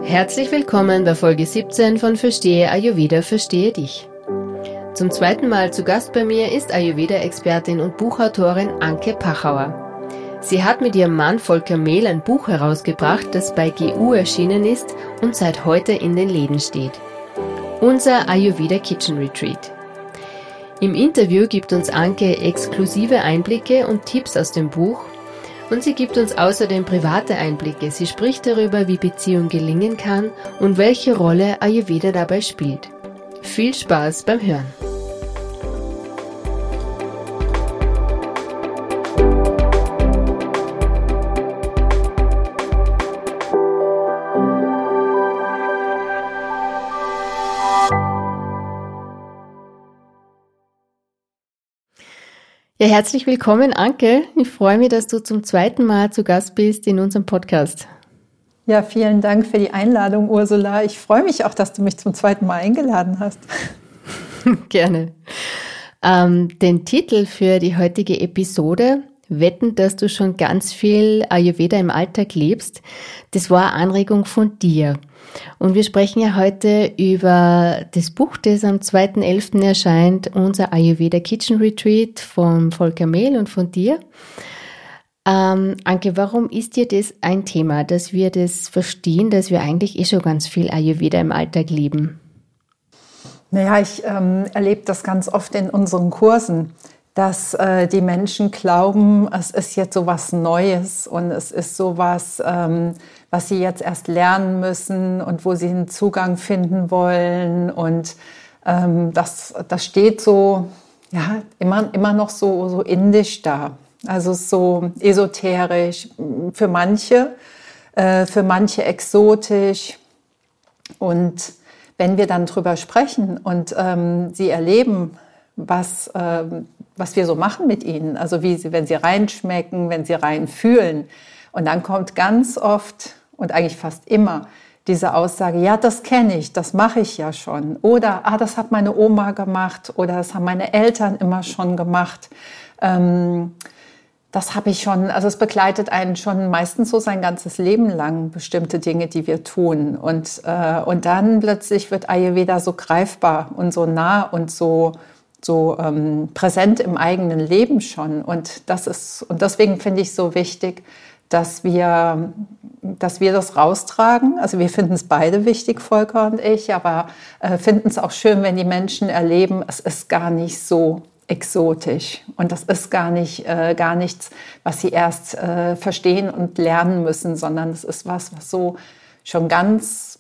Herzlich willkommen bei Folge 17 von Verstehe Ayurveda, verstehe dich. Zum zweiten Mal zu Gast bei mir ist Ayurveda-Expertin und Buchautorin Anke Pachauer. Sie hat mit ihrem Mann Volker Mehl ein Buch herausgebracht, das bei GU erschienen ist und seit heute in den Läden steht. Unser Ayurveda Kitchen Retreat. Im Interview gibt uns Anke exklusive Einblicke und Tipps aus dem Buch und sie gibt uns außerdem private Einblicke. Sie spricht darüber, wie Beziehung gelingen kann und welche Rolle Ayurveda dabei spielt. Viel Spaß beim Hören! Ja, herzlich willkommen, Anke. Ich freue mich, dass du zum zweiten Mal zu Gast bist in unserem Podcast. Ja, vielen Dank für die Einladung, Ursula. Ich freue mich auch, dass du mich zum zweiten Mal eingeladen hast. Gerne. Den Titel für die heutige Episode, Wetten, dass du schon ganz viel Ayurveda im Alltag lebst, das war eine Anregung von dir. Und wir sprechen ja heute über das Buch, das am 2.11. erscheint, unser Ayurveda Kitchen Retreat von Volker Mehl und von dir. Anke, warum ist dir das ein Thema, dass wir das verstehen, dass wir eigentlich schon ganz viel Ayurveda im Alltag leben? Naja, ich erlebe das ganz oft in unseren Kursen, dass die Menschen glauben, es ist jetzt so was Neues und es ist so was, was sie jetzt erst lernen müssen und wo sie einen Zugang finden wollen. Und das steht so, ja, immer noch so indisch da. Also so esoterisch, für manche exotisch. Und wenn wir dann drüber sprechen und sie erleben, was wir so machen mit ihnen, also wenn sie reinschmecken, wenn sie reinfühlen. Und dann kommt ganz oft und eigentlich fast immer diese Aussage, ja, das kenne ich, das mache ich ja schon. Oder, das hat meine Oma gemacht oder das haben meine Eltern immer schon gemacht. Das habe ich schon, also es begleitet einen schon meistens so sein ganzes Leben lang, bestimmte Dinge, die wir tun. Und dann plötzlich wird Ayurveda so greifbar und so nah und so präsent im eigenen Leben schon. Und deswegen finde ich es so wichtig, dass wir das raustragen. Also wir finden es beide wichtig, Volker und ich, aber finden es auch schön, wenn die Menschen erleben, es ist gar nicht so exotisch und das ist gar nichts, was sie erst verstehen und lernen müssen, sondern es ist was so schon ganz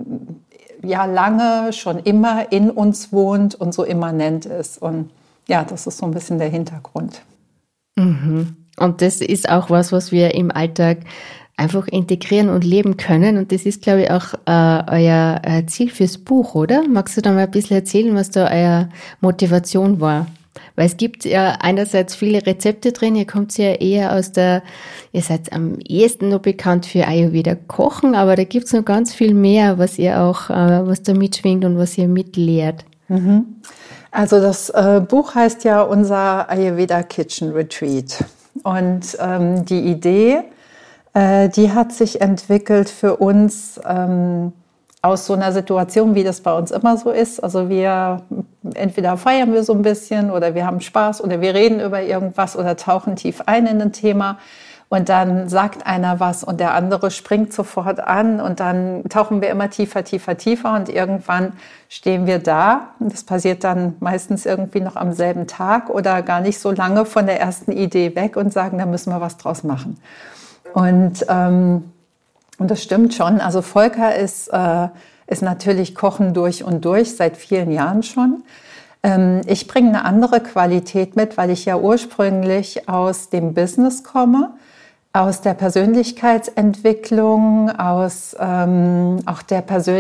lange, schon immer in uns wohnt und so immanent ist. Und ja, das ist so ein bisschen der Hintergrund. Mhm. Und das ist auch was wir im Alltag einfach integrieren und leben können. Und das ist, glaube ich, auch euer Ziel fürs Buch, oder? Magst du da mal ein bisschen erzählen, was da eure Motivation war? Weil es gibt ja einerseits viele Rezepte drin, ihr kommt ja eher ihr seid am ehesten noch bekannt für Ayurveda Kochen, aber da gibt's noch ganz viel mehr, was ihr auch, was da mitschwingt und was ihr mitlehrt. Mhm. Also das Buch heißt ja unser Ayurveda Kitchen Retreat. Und die Idee, die hat sich entwickelt für uns aus so einer Situation, wie das bei uns immer so ist. Also entweder feiern wir so ein bisschen oder wir haben Spaß oder wir reden über irgendwas oder tauchen tief ein in ein Thema und dann sagt einer was und der andere springt sofort an und dann tauchen wir immer tiefer und irgendwann stehen wir da. Und das passiert dann meistens irgendwie noch am selben Tag oder gar nicht so lange von der ersten Idee weg und sagen, da müssen wir was draus machen. Und das stimmt schon. Also Volker ist natürlich Kochen durch und durch, seit vielen Jahren schon. Ich bringe eine andere Qualität mit, weil ich ja ursprünglich aus dem Business komme, aus der Persönlichkeitsentwicklung, aus auch der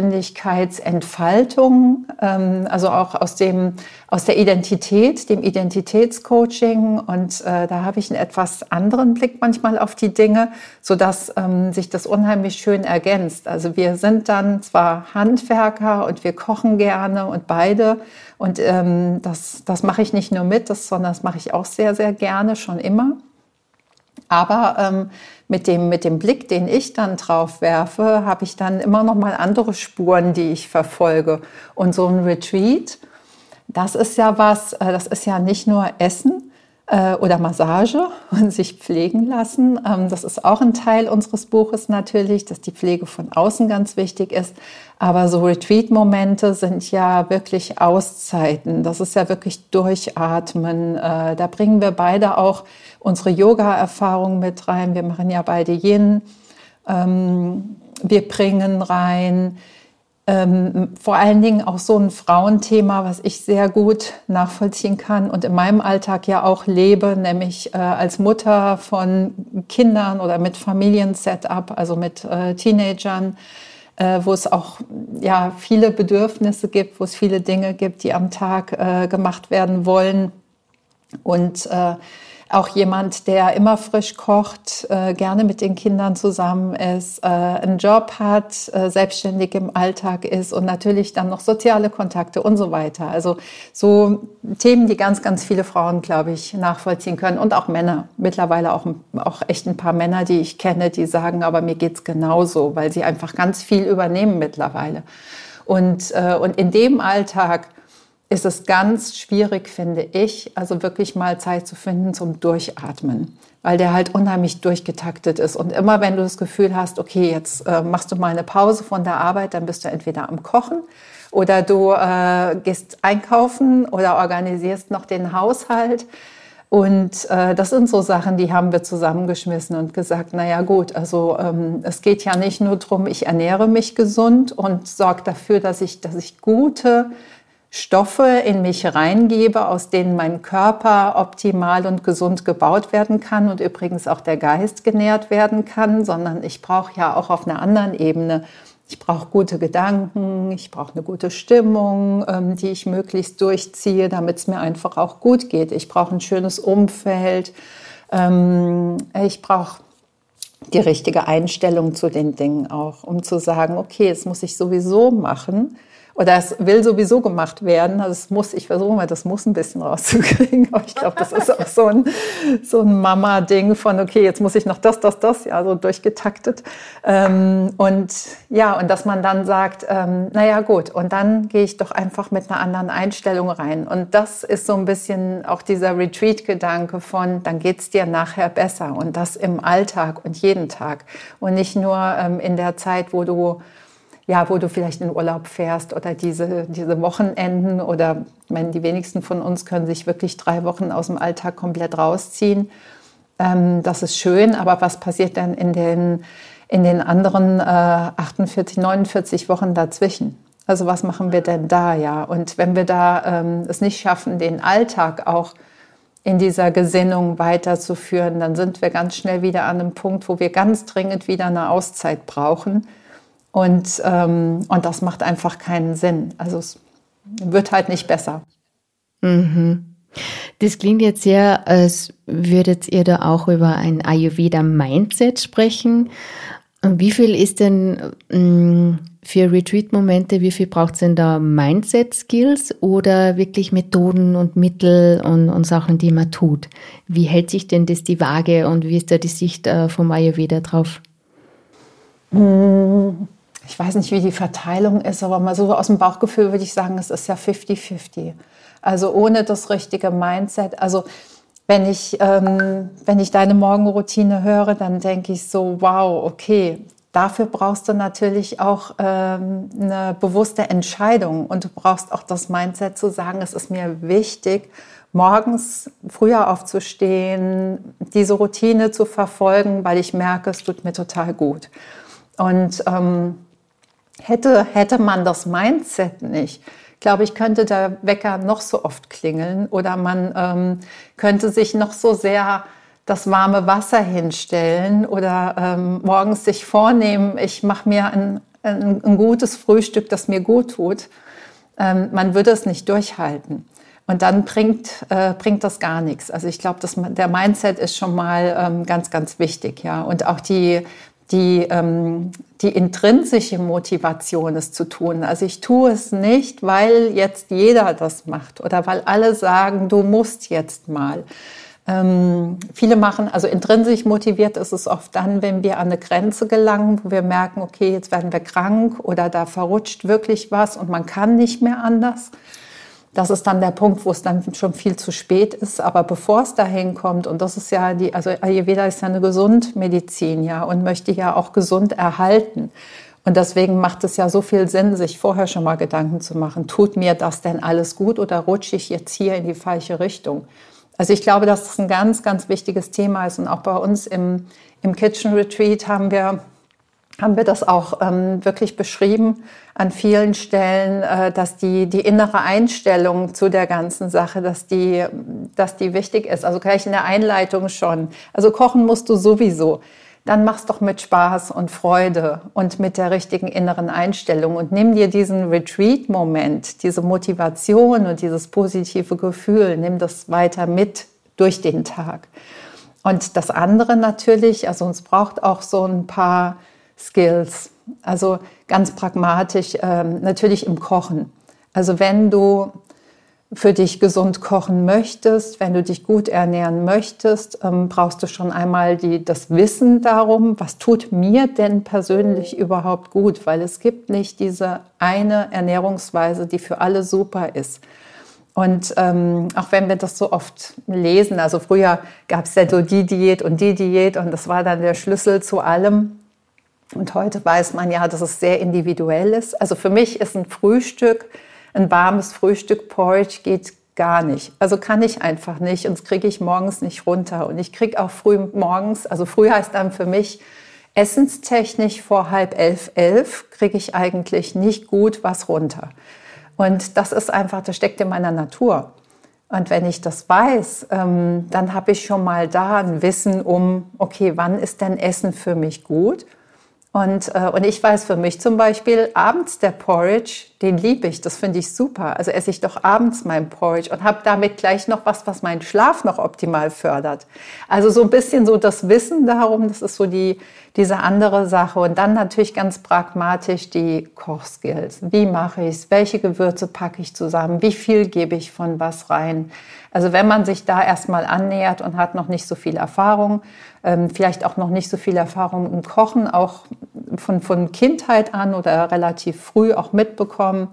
Persönlichkeitsentfaltung, also auch aus der Identität, dem Identitätscoaching. Und da habe ich einen etwas anderen Blick manchmal auf die Dinge, sodass sich das unheimlich schön ergänzt. Also wir sind dann zwar Handwerker und wir kochen gerne und beide. Und das mache ich nicht nur mit, sondern das mache ich auch sehr, sehr gerne, schon immer. Aber mit dem Blick, den ich dann drauf werfe, habe ich dann immer noch mal andere Spuren, die ich verfolge. Und so ein Retreat, das ist ja das ist ja nicht nur Essen oder Massage und sich pflegen lassen. Das ist auch ein Teil unseres Buches natürlich, dass die Pflege von außen ganz wichtig ist. Aber so Retreat-Momente sind ja wirklich Auszeiten. Das ist ja wirklich Durchatmen. Da bringen wir beide auch unsere Yoga-Erfahrung mit rein. Wir machen ja beide Yin. Wir bringen rein vor allen Dingen auch so ein Frauenthema, was ich sehr gut nachvollziehen kann und in meinem Alltag ja auch lebe, nämlich als Mutter von Kindern oder mit Familiensetup, also mit Teenagern, wo es auch ja viele Bedürfnisse gibt, wo es viele Dinge gibt, die am Tag gemacht werden wollen. Und auch jemand, der immer frisch kocht, gerne mit den Kindern zusammen ist, einen Job hat, selbstständig im Alltag ist und natürlich dann noch soziale Kontakte und so weiter. Also so Themen, die ganz, ganz viele Frauen, glaube ich, nachvollziehen können und auch Männer. Mittlerweile auch echt ein paar Männer, die ich kenne, die sagen, aber mir geht's genauso, weil sie einfach ganz viel übernehmen mittlerweile. Und in dem Alltag ist es ganz schwierig, finde ich, also wirklich mal Zeit zu finden zum Durchatmen, weil der halt unheimlich durchgetaktet ist. Und immer wenn du das Gefühl hast, okay, jetzt machst du mal eine Pause von der Arbeit, dann bist du entweder am Kochen oder du gehst einkaufen oder organisierst noch den Haushalt. Und das sind so Sachen, die haben wir zusammengeschmissen und gesagt, na ja gut, also es geht ja nicht nur darum, ich ernähre mich gesund und sorge dafür, dass ich gute Stoffe in mich reingebe, aus denen mein Körper optimal und gesund gebaut werden kann und übrigens auch der Geist genährt werden kann, sondern ich brauche ja auch auf einer anderen Ebene, ich brauche gute Gedanken, ich brauche eine gute Stimmung, die ich möglichst durchziehe, damit es mir einfach auch gut geht. Ich brauche ein schönes Umfeld, ich brauche die richtige Einstellung zu den Dingen auch, um zu sagen, okay, das muss ich sowieso machen. Oder es will sowieso gemacht werden. Also ich versuche mal, das muss ein bisschen rauszukriegen. Aber ich glaube, das ist auch so ein Mama-Ding von, okay, jetzt muss ich noch das, ja, so durchgetaktet. Und dass man dann sagt, naja, gut, und dann gehe ich doch einfach mit einer anderen Einstellung rein. Und das ist so ein bisschen auch dieser Retreat-Gedanke von, dann geht's dir nachher besser. Und das im Alltag und jeden Tag. Und nicht nur in der Zeit, wo du vielleicht in Urlaub fährst oder diese Wochenenden oder ich meine, die wenigsten von uns können sich wirklich 3 Wochen aus dem Alltag komplett rausziehen. Das ist schön, aber was passiert dann in den anderen 48, 49 Wochen dazwischen? Also was machen wir denn da, ja? Und wenn wir da es nicht schaffen, den Alltag auch in dieser Gesinnung weiterzuführen, dann sind wir ganz schnell wieder an einem Punkt, wo wir ganz dringend wieder eine Auszeit brauchen. Und das macht einfach keinen Sinn. Also es wird halt nicht besser. Mhm. Das klingt jetzt sehr, als würdet ihr da auch über ein Ayurveda-Mindset sprechen. Und wie viel ist denn für Retreat-Momente, wie viel braucht es denn da Mindset-Skills oder wirklich Methoden und Mittel und Sachen, die man tut? Wie hält sich denn das die Waage und wie ist da die Sicht vom Ayurveda drauf? Ich weiß nicht, wie die Verteilung ist, aber mal so aus dem Bauchgefühl würde ich sagen, es ist ja 50-50. Also ohne das richtige Mindset. Also wenn ich deine Morgenroutine höre, dann denke ich so, wow, okay, dafür brauchst du natürlich auch eine bewusste Entscheidung und du brauchst auch das Mindset zu sagen, es ist mir wichtig, morgens früher aufzustehen, diese Routine zu verfolgen, weil ich merke, es tut mir total gut. Und hätte man das Mindset nicht, glaube ich, könnte der Wecker noch so oft klingeln oder man könnte sich noch so sehr das warme Wasser hinstellen oder morgens sich vornehmen, ich mache mir ein gutes Frühstück, das mir gut tut. Man würde es nicht durchhalten. Und dann bringt das gar nichts. Also ich glaube, der Mindset ist schon mal ganz, ganz wichtig, ja. Und auch die intrinsische Motivation, es zu tun. Also ich tue es nicht, weil jetzt jeder das macht oder weil alle sagen, du musst jetzt mal. Viele machen, also intrinsisch motiviert ist es oft dann, wenn wir an eine Grenze gelangen, wo wir merken, okay, jetzt werden wir krank oder da verrutscht wirklich was und man kann nicht mehr anders. Das ist dann der Punkt, wo es dann schon viel zu spät ist. Aber bevor es dahin kommt, und das ist ja also Ayurveda ist ja eine Gesundmedizin, ja, und möchte ja auch gesund erhalten. Und deswegen macht es ja so viel Sinn, sich vorher schon mal Gedanken zu machen. Tut mir das denn alles gut oder rutsche ich jetzt hier in die falsche Richtung? Also ich glaube, dass das ein ganz, ganz wichtiges Thema ist. Und auch bei uns im Kitchen Retreat haben wir das auch wirklich beschrieben an vielen Stellen, dass die innere Einstellung zu der ganzen Sache, dass die wichtig ist. Also gleich in der Einleitung schon. Also kochen musst du sowieso. Dann mach's doch mit Spaß und Freude und mit der richtigen inneren Einstellung und nimm dir diesen Retreat-Moment, diese Motivation und dieses positive Gefühl, nimm das weiter mit durch den Tag. Und das andere natürlich, also es braucht auch so ein paar Skills, also ganz pragmatisch, natürlich im Kochen. Also wenn du für dich gesund kochen möchtest, wenn du dich gut ernähren möchtest, brauchst du schon einmal das Wissen darum, was tut mir denn persönlich überhaupt gut, weil es gibt nicht diese eine Ernährungsweise, die für alle super ist. Und auch wenn wir das so oft lesen, also früher gab es ja so die Diät und das war dann der Schlüssel zu allem. Und heute weiß man ja, dass es sehr individuell ist. Also für mich ist ein warmes Frühstück Porridge geht gar nicht. Also kann ich einfach nicht und das kriege ich morgens nicht runter. Und ich kriege auch früh morgens, also früh heißt dann für mich essenstechnisch vor 10:30 kriege ich eigentlich nicht gut was runter. Und das ist einfach, das steckt in meiner Natur. Und wenn ich das weiß, dann habe ich schon mal da ein Wissen okay, wann ist denn Essen für mich gut? Und ich weiß für mich zum Beispiel, abends der Porridge, den liebe ich, das finde ich super. Also esse ich doch abends mein Porridge und habe damit gleich noch was meinen Schlaf noch optimal fördert. Also so ein bisschen so das Wissen darum, das ist so diese andere Sache. Und dann natürlich ganz pragmatisch die Kochskills. Wie mache ich es? Welche Gewürze packe ich zusammen? Wie viel gebe ich von was rein? Also wenn man sich da erstmal annähert und hat noch nicht so viel Erfahrung, vielleicht auch noch nicht so viel Erfahrung im Kochen, auch von Kindheit an oder relativ früh auch mitbekommen,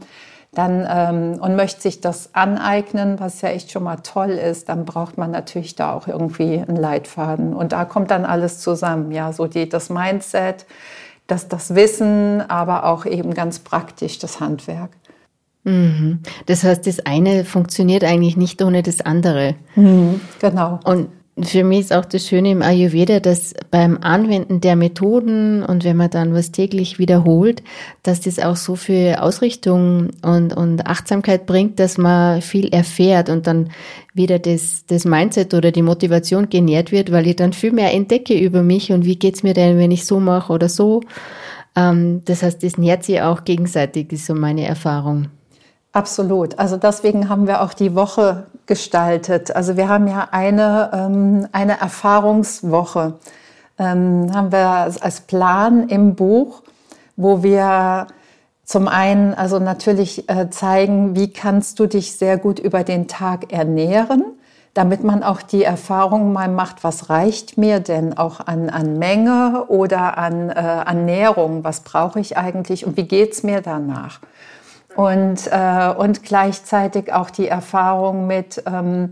dann und möchte sich das aneignen, was ja echt schon mal toll ist, dann braucht man natürlich da auch irgendwie einen Leitfaden. Und da kommt dann alles zusammen, ja, so das Mindset, das Wissen, aber auch eben ganz praktisch das Handwerk. Mhm. Das heißt, das eine funktioniert eigentlich nicht ohne das andere. Genau. Und für mich ist auch das Schöne im Ayurveda, dass beim Anwenden der Methoden und wenn man dann was täglich wiederholt, dass das auch so viel Ausrichtung und Achtsamkeit bringt, dass man viel erfährt und dann wieder das Mindset oder die Motivation genährt wird, weil ich dann viel mehr entdecke über mich und wie geht's mir denn, wenn ich so mache oder so. Das heißt, das nährt sich auch gegenseitig, ist so meine Erfahrung. Absolut. Also deswegen haben wir auch die Woche gestaltet. Also wir haben ja eine Erfahrungswoche, haben wir als Plan im Buch, wo wir zum einen also natürlich zeigen, wie kannst du dich sehr gut über den Tag ernähren, damit man auch die Erfahrung mal macht, was reicht mir denn auch an Menge oder an Nährung, was brauche ich eigentlich und wie geht's mir danach? Und gleichzeitig auch die Erfahrung mit,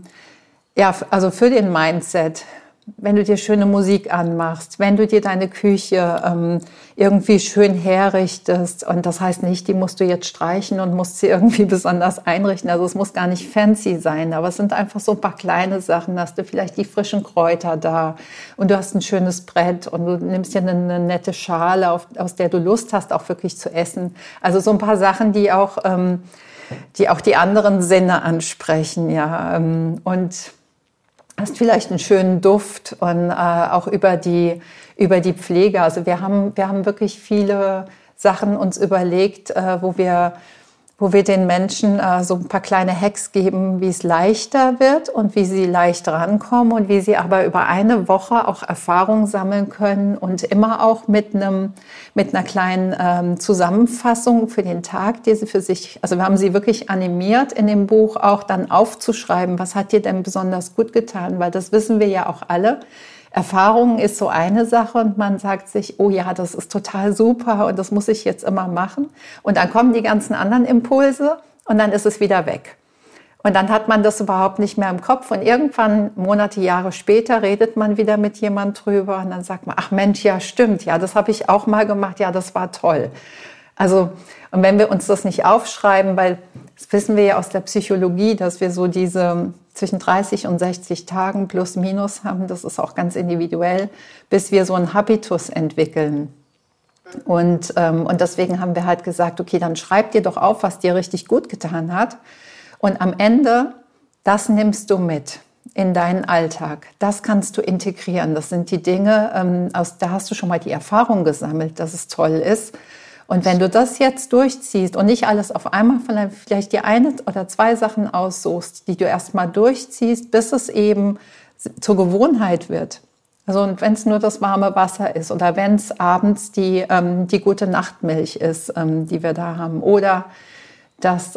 also für den Mindset, wenn du dir schöne Musik anmachst, wenn du dir deine Küche irgendwie schön herrichtest, und das heißt nicht, die musst du jetzt streichen und musst sie irgendwie besonders einrichten, also es muss gar nicht fancy sein, aber es sind einfach so ein paar kleine Sachen, hast du vielleicht die frischen Kräuter da und du hast ein schönes Brett und du nimmst dir eine nette Schale, aus der du Lust hast, auch wirklich zu essen. Also so ein paar Sachen, die auch die anderen Sinne ansprechen, ja, und hast vielleicht einen schönen Duft und auch über die Pflege. Also wir haben wirklich viele Sachen uns überlegt, wo wir wo wir den Menschen so ein paar kleine Hacks geben, wie es leichter wird und wie sie leicht rankommen und wie sie aber über eine Woche auch Erfahrung sammeln können und immer auch mit einer kleinen Zusammenfassung für den Tag, die sie für sich, also wir haben sie wirklich animiert in dem Buch auch dann aufzuschreiben, was hat dir denn besonders gut getan, weil das wissen wir ja auch alle. Erfahrung ist so eine Sache und man sagt sich, oh ja, das ist total super und das muss ich jetzt immer machen. Und dann kommen die ganzen anderen Impulse und dann ist es wieder weg. Und dann hat man das überhaupt nicht mehr im Kopf und irgendwann, Monate, Jahre später, redet man wieder mit jemand drüber und dann sagt man, ach Mensch, ja stimmt, ja, das habe ich auch mal gemacht, ja, das war toll. Also, und wenn wir uns das nicht aufschreiben, weil das wissen wir ja aus der Psychologie, dass wir so diese zwischen 30 und 60 Tagen plus minus haben, das ist auch ganz individuell, bis wir so einen Habitus entwickeln. Und deswegen haben wir halt gesagt, okay, dann schreib dir doch auf, was dir richtig gut getan hat. Und am Ende, das nimmst du mit in deinen Alltag. Das kannst du integrieren. Das sind die Dinge, da hast du schon mal die Erfahrung gesammelt, dass es toll ist. Und wenn du das jetzt durchziehst und nicht alles auf einmal, vielleicht dir eine oder zwei Sachen aussuchst, die du erstmal durchziehst, bis es eben zur Gewohnheit wird. Also und wenn es nur das warme Wasser ist oder wenn es abends die gute Nachtmilch ist, die wir da haben, oder das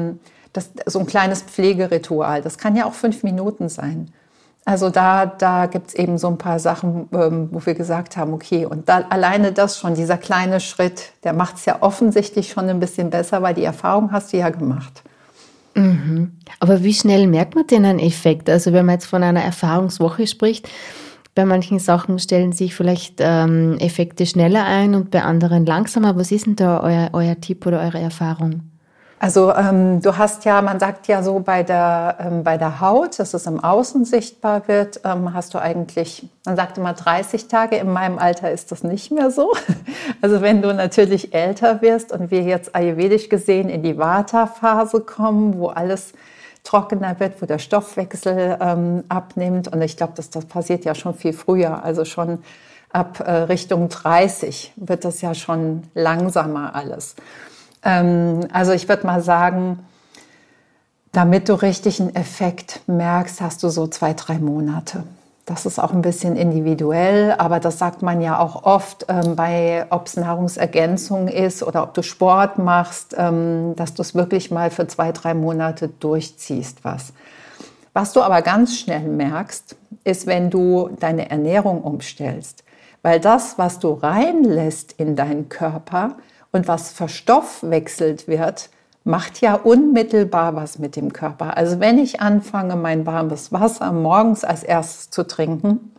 so ein kleines Pflegeritual. Das kann ja auch 5 Minuten sein. Also da gibt's eben so ein paar Sachen, wo wir gesagt haben, okay, und da, alleine das schon, dieser kleine Schritt, der macht's ja offensichtlich schon ein bisschen besser, weil die Erfahrung hast du ja gemacht. Mhm. Aber wie schnell merkt man denn einen Effekt? Also wenn man jetzt von einer Erfahrungswoche spricht, bei manchen Sachen stellen sich vielleicht Effekte schneller ein und bei anderen langsamer. Was ist denn da euer Tipp oder eure Erfahrung? Also du hast ja, man sagt ja so bei der Haut, dass es im Außen sichtbar wird, hast du eigentlich, man sagt immer 30 Tage, in meinem Alter ist das nicht mehr so. Also wenn du natürlich älter wirst und wir jetzt ayurvedisch gesehen in die Vata-Phase kommen, wo alles trockener wird, wo der Stoffwechsel abnimmt und ich glaube, das passiert ja schon viel früher, also schon ab Richtung 30 wird das ja schon langsamer alles. Also ich würde mal sagen, damit du richtig einen Effekt merkst, hast du so 2, 3 Monate. Das ist auch ein bisschen individuell, aber das sagt man ja auch oft, ob es Nahrungsergänzung ist oder ob du Sport machst, dass du es wirklich mal für 2, 3 Monate durchziehst. Was du aber ganz schnell merkst, ist, wenn du deine Ernährung umstellst. Weil das, was du reinlässt in deinen Körper, und was verstoffwechselt wird, macht ja unmittelbar was mit dem Körper. Also wenn ich anfange, mein warmes Wasser morgens als erstes zu trinken,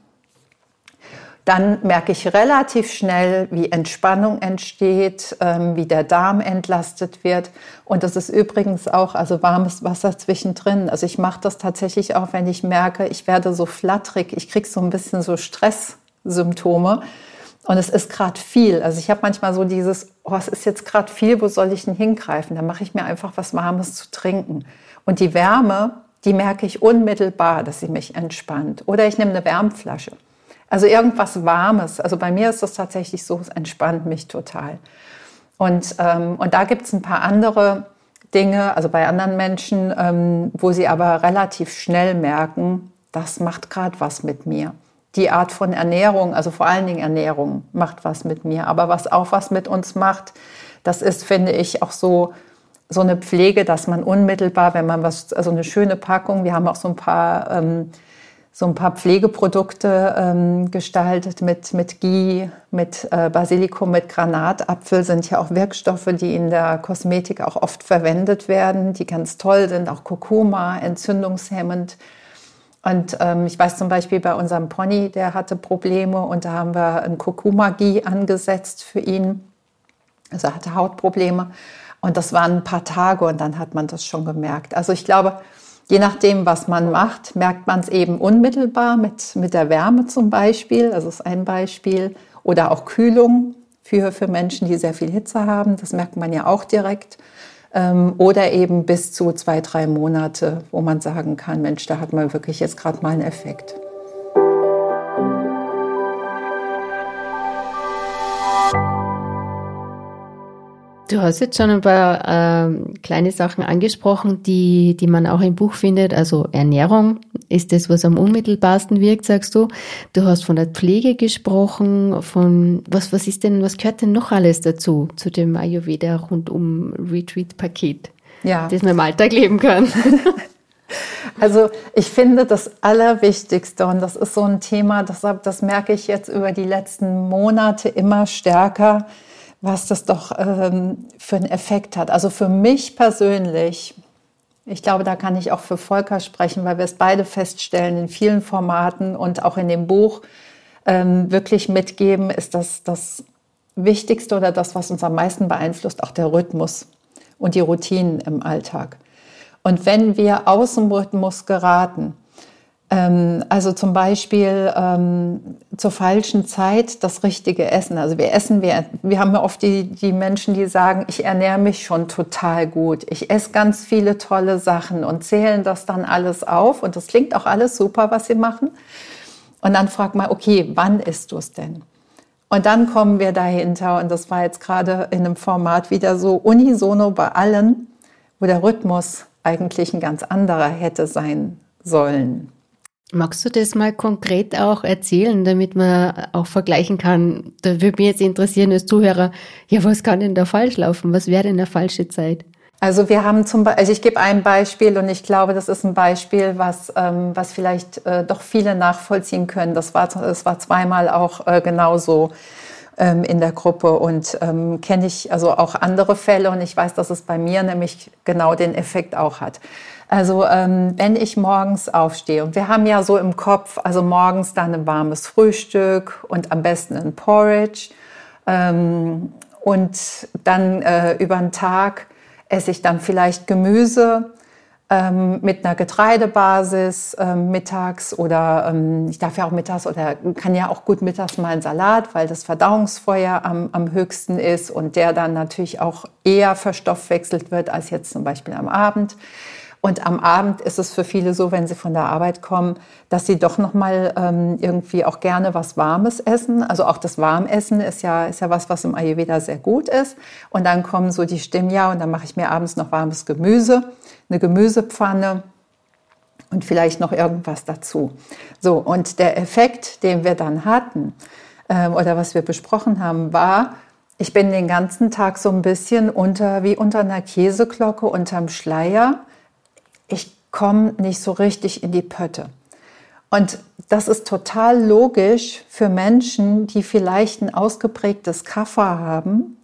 dann merke ich relativ schnell, wie Entspannung entsteht, wie der Darm entlastet wird. Und das ist übrigens auch, also warmes Wasser zwischendrin. Also ich mache das tatsächlich auch, wenn ich merke, ich werde so flatterig, ich kriege so ein bisschen so Stresssymptome. Und es ist gerade viel. Also ich habe manchmal so dieses, oh, es ist jetzt gerade viel, wo soll ich denn hingreifen? Dann mache ich mir einfach was Warmes zu trinken. Und die Wärme, die merke ich unmittelbar, dass sie mich entspannt. Oder ich nehme eine Wärmflasche. Also irgendwas Warmes. Also bei mir ist das tatsächlich so, es entspannt mich total. Und da gibt es ein paar andere Dinge, also bei anderen Menschen, wo sie aber relativ schnell merken, das macht gerade was mit mir. Die Art von Ernährung, also vor allen Dingen Ernährung, macht was mit mir. Aber was auch was mit uns macht, das ist, finde ich, auch so eine Pflege, dass man unmittelbar, wenn man also eine schöne Packung, wir haben auch so ein paar Pflegeprodukte gestaltet mit Ghee, mit Basilikum, mit Granatapfel, sind ja auch Wirkstoffe, die in der Kosmetik auch oft verwendet werden, die ganz toll sind, auch Kurkuma, entzündungshemmend. Und ich weiß zum Beispiel bei unserem Pony, der hatte Probleme und da haben wir ein Kurkuma-Ghee angesetzt für ihn. Also er hatte Hautprobleme und das waren ein paar Tage und dann hat man das schon gemerkt. Also ich glaube, je nachdem, was man macht, merkt man es eben unmittelbar mit der Wärme zum Beispiel. Also das ist ein Beispiel. Oder auch Kühlung für Menschen, die sehr viel Hitze haben. Das merkt man ja auch direkt. Oder eben bis zu 2, 3 Monate, wo man sagen kann, Mensch, da hat man wirklich jetzt gerade mal einen Effekt. Du hast jetzt schon ein paar kleine Sachen angesprochen, die man auch im Buch findet. Also Ernährung ist das, was am unmittelbarsten wirkt, sagst du. Du hast von der Pflege gesprochen, von was gehört denn noch alles dazu, zu dem Ayurveda rundum Retreat-Paket, das man im Alltag leben kann? Also ich finde das Allerwichtigste, und das ist so ein Thema, das merke ich jetzt über die letzten Monate immer stärker, was das doch für einen Effekt hat. Also für mich persönlich, ich glaube, da kann ich auch für Volker sprechen, weil wir es beide feststellen in vielen Formaten und auch in dem Buch wirklich mitgeben, ist das Wichtigste oder das, was uns am meisten beeinflusst, auch der Rhythmus und die Routinen im Alltag. Und wenn wir aus dem Rhythmus geraten, also zum Beispiel zur falschen Zeit das richtige Essen. Also wir haben ja oft die Menschen, die sagen, ich ernähre mich schon total gut. Ich esse ganz viele tolle Sachen und zählen das dann alles auf. Und das klingt auch alles super, was sie machen. Und dann fragt man, okay, wann isst du es denn? Und dann kommen wir dahinter, und das war jetzt gerade in einem Format wieder so unisono bei allen, wo der Rhythmus eigentlich ein ganz anderer hätte sein sollen. Magst du das mal konkret auch erzählen, damit man auch vergleichen kann? Da würde mich jetzt interessieren als Zuhörer, ja, was kann denn da falsch laufen? Was wäre denn eine falsche Zeit? Also wir haben ich gebe ein Beispiel, und ich glaube, das ist ein Beispiel, was vielleicht doch viele nachvollziehen können. Das war zweimal auch genauso in der Gruppe, und kenne ich also auch andere Fälle, und ich weiß, dass es bei mir nämlich genau den Effekt auch hat. Also wenn ich morgens aufstehe, und wir haben ja so im Kopf, also morgens dann ein warmes Frühstück und am besten ein Porridge, und dann über den Tag esse ich dann vielleicht Gemüse mit einer Getreidebasis mittags, oder ich darf ja auch mittags oder kann ja auch gut mittags mal einen Salat, weil das Verdauungsfeuer am höchsten ist und der dann natürlich auch eher verstoffwechselt wird als jetzt zum Beispiel am Abend. Und am Abend ist es für viele so, wenn sie von der Arbeit kommen, dass sie doch noch mal irgendwie auch gerne was Warmes essen. Also auch das Warmessen ist ja was im Ayurveda sehr gut ist. Und dann kommen so die Stimmen, ja, und dann mache ich mir abends noch warmes Gemüse, eine Gemüsepfanne und vielleicht noch irgendwas dazu. So, und der Effekt, den wir dann hatten, oder was wir besprochen haben, war, ich bin den ganzen Tag so ein bisschen wie unter einer Käseglocke, unterm Schleier. Ich komme nicht so richtig in die Pötte. Und das ist total logisch für Menschen, die vielleicht ein ausgeprägtes Kapha haben,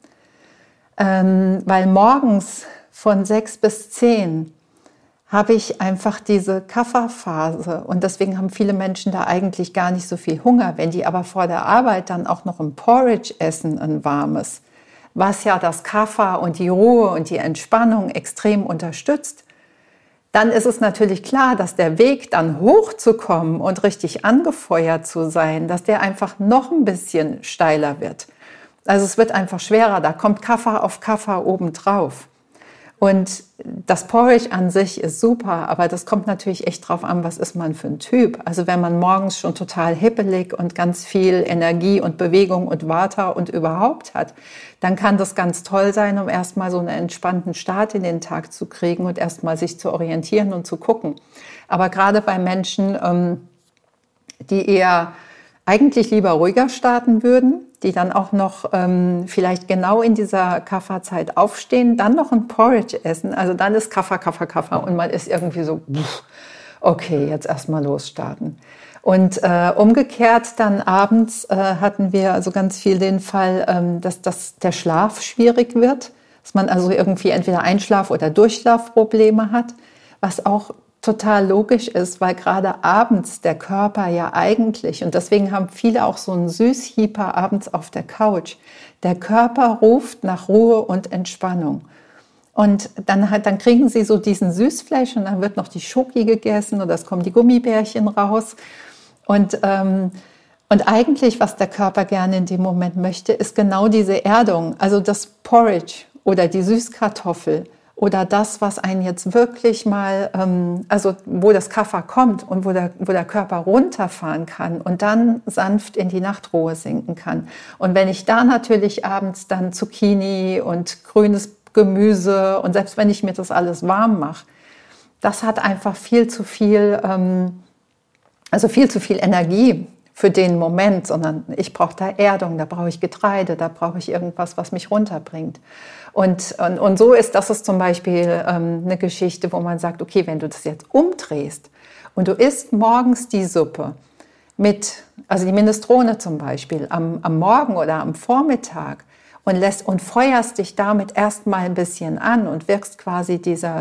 weil morgens von 6 bis 10 habe ich einfach diese Kapha-Phase, und deswegen haben viele Menschen da eigentlich gar nicht so viel Hunger. Wenn die aber vor der Arbeit dann auch noch ein Porridge essen, ein warmes, was ja das Kapha und die Ruhe und die Entspannung extrem unterstützt, dann ist es natürlich klar, dass der Weg dann hochzukommen und richtig angefeuert zu sein, dass der einfach noch ein bisschen steiler wird. Also es wird einfach schwerer, da kommt Kapha auf Kapha obendrauf. Und das Porridge an sich ist super, aber das kommt natürlich echt drauf an, was ist man für ein Typ. Also wenn man morgens schon total hippelig und ganz viel Energie und Bewegung und Vata und überhaupt hat, dann kann das ganz toll sein, um erstmal so einen entspannten Start in den Tag zu kriegen und erstmal sich zu orientieren und zu gucken. Aber gerade bei Menschen, die eher eigentlich lieber ruhiger starten würden, die dann auch noch vielleicht genau in dieser Kapha-Zeit aufstehen, dann noch ein Porridge essen. Also dann ist Kapha, Kapha, Kapha, und man ist irgendwie so, okay, jetzt erstmal losstarten. Und umgekehrt dann abends hatten wir also ganz viel den Fall, dass der Schlaf schwierig wird, dass man also irgendwie entweder Einschlaf- oder Durchschlafprobleme hat, was auch total logisch ist, weil gerade abends der Körper ja eigentlich, und deswegen haben viele auch so einen Süßhieper abends auf der Couch, der Körper ruft nach Ruhe und Entspannung. Und dann kriegen sie so diesen Süßfleisch, und dann wird noch die Schoki gegessen oder es kommen die Gummibärchen raus. Und eigentlich, was der Körper gerne in dem Moment möchte, ist genau diese Erdung, also das Porridge oder die Süßkartoffel oder das, was einen jetzt wirklich mal, also wo das Kapha kommt und wo der Körper runterfahren kann und dann sanft in die Nachtruhe sinken kann. Und wenn ich da natürlich abends dann Zucchini und grünes Gemüse und selbst wenn ich mir das alles warm mache, das hat einfach viel zu viel Energie für den Moment, sondern ich brauche da Erdung, da brauche ich Getreide, da brauche ich irgendwas, was mich runterbringt. Und so ist das zum Beispiel eine Geschichte, wo man sagt, okay, wenn du das jetzt umdrehst und du isst morgens die Suppe also die Minestrone zum Beispiel, am Morgen oder am Vormittag und feuerst dich damit erstmal ein bisschen an und wirkst quasi dieser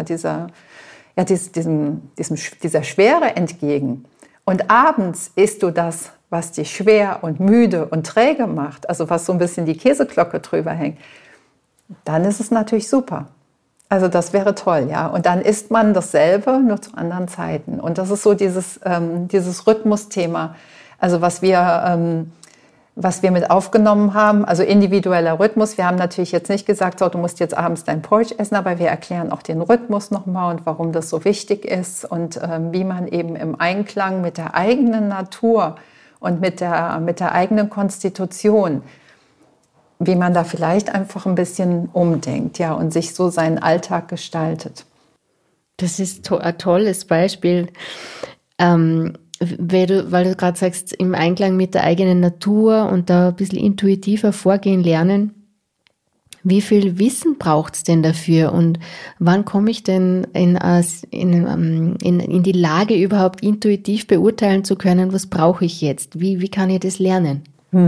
Schwere entgegen. Und abends isst du das, was dich schwer und müde und träge macht, also was so ein bisschen die Käseglocke drüber hängt, dann ist es natürlich super. Also das wäre toll, ja. Und dann isst man dasselbe, nur zu anderen Zeiten. Und das ist so dieses Rhythmusthema, also was wir mit aufgenommen haben, also individueller Rhythmus. Wir haben natürlich jetzt nicht gesagt, so, du musst jetzt abends dein Porridge essen, aber wir erklären auch den Rhythmus nochmal und warum das so wichtig ist und wie man eben im Einklang mit der eigenen Natur und mit der eigenen Konstitution, wie man da vielleicht einfach ein bisschen umdenkt, ja, und sich so seinen Alltag gestaltet. Das ist ein tolles Beispiel. Weil du gerade sagst, im Einklang mit der eigenen Natur und da ein bisschen intuitiver vorgehen lernen. Wie viel Wissen braucht's denn dafür und wann komme ich denn in die Lage, überhaupt intuitiv beurteilen zu können, was brauche ich jetzt? Wie kann ich das lernen?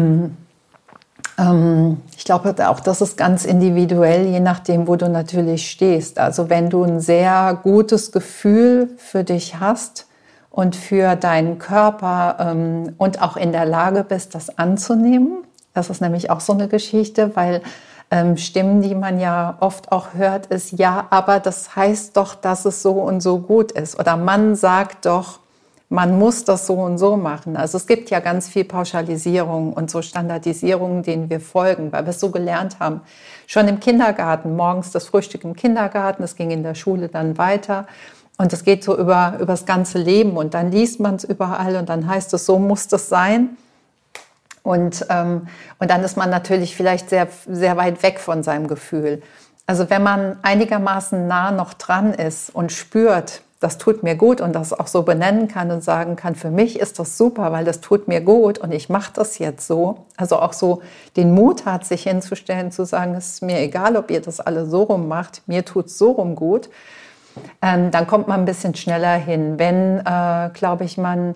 Ich glaube, auch das ist ganz individuell, je nachdem, wo du natürlich stehst. Also wenn du ein sehr gutes Gefühl für dich hast, und für deinen Körper und auch in der Lage bist, das anzunehmen. Das ist nämlich auch so eine Geschichte, weil Stimmen, die man ja oft auch hört, ist, ja, aber das heißt doch, dass es so und so gut ist. Oder man sagt doch, man muss das so und so machen. Also es gibt ja ganz viel Pauschalisierung und so Standardisierungen, denen wir folgen, weil wir es so gelernt haben. Schon im Kindergarten, morgens das Frühstück im Kindergarten, es ging in der Schule dann weiter. Und es geht so über das ganze Leben und dann liest man es überall und dann heißt es, so muss das sein. Und dann ist man natürlich vielleicht sehr, sehr weit weg von seinem Gefühl. Also wenn man einigermaßen nah noch dran ist und spürt, das tut mir gut und das auch so benennen kann und sagen kann, für mich ist das super, weil das tut mir gut und ich mache das jetzt so. Also auch so den Mut hat, sich hinzustellen, zu sagen, es ist mir egal, ob ihr das alle so rum macht, mir tut es so rum gut. Dann kommt man ein bisschen schneller hin. Wenn, glaube ich, man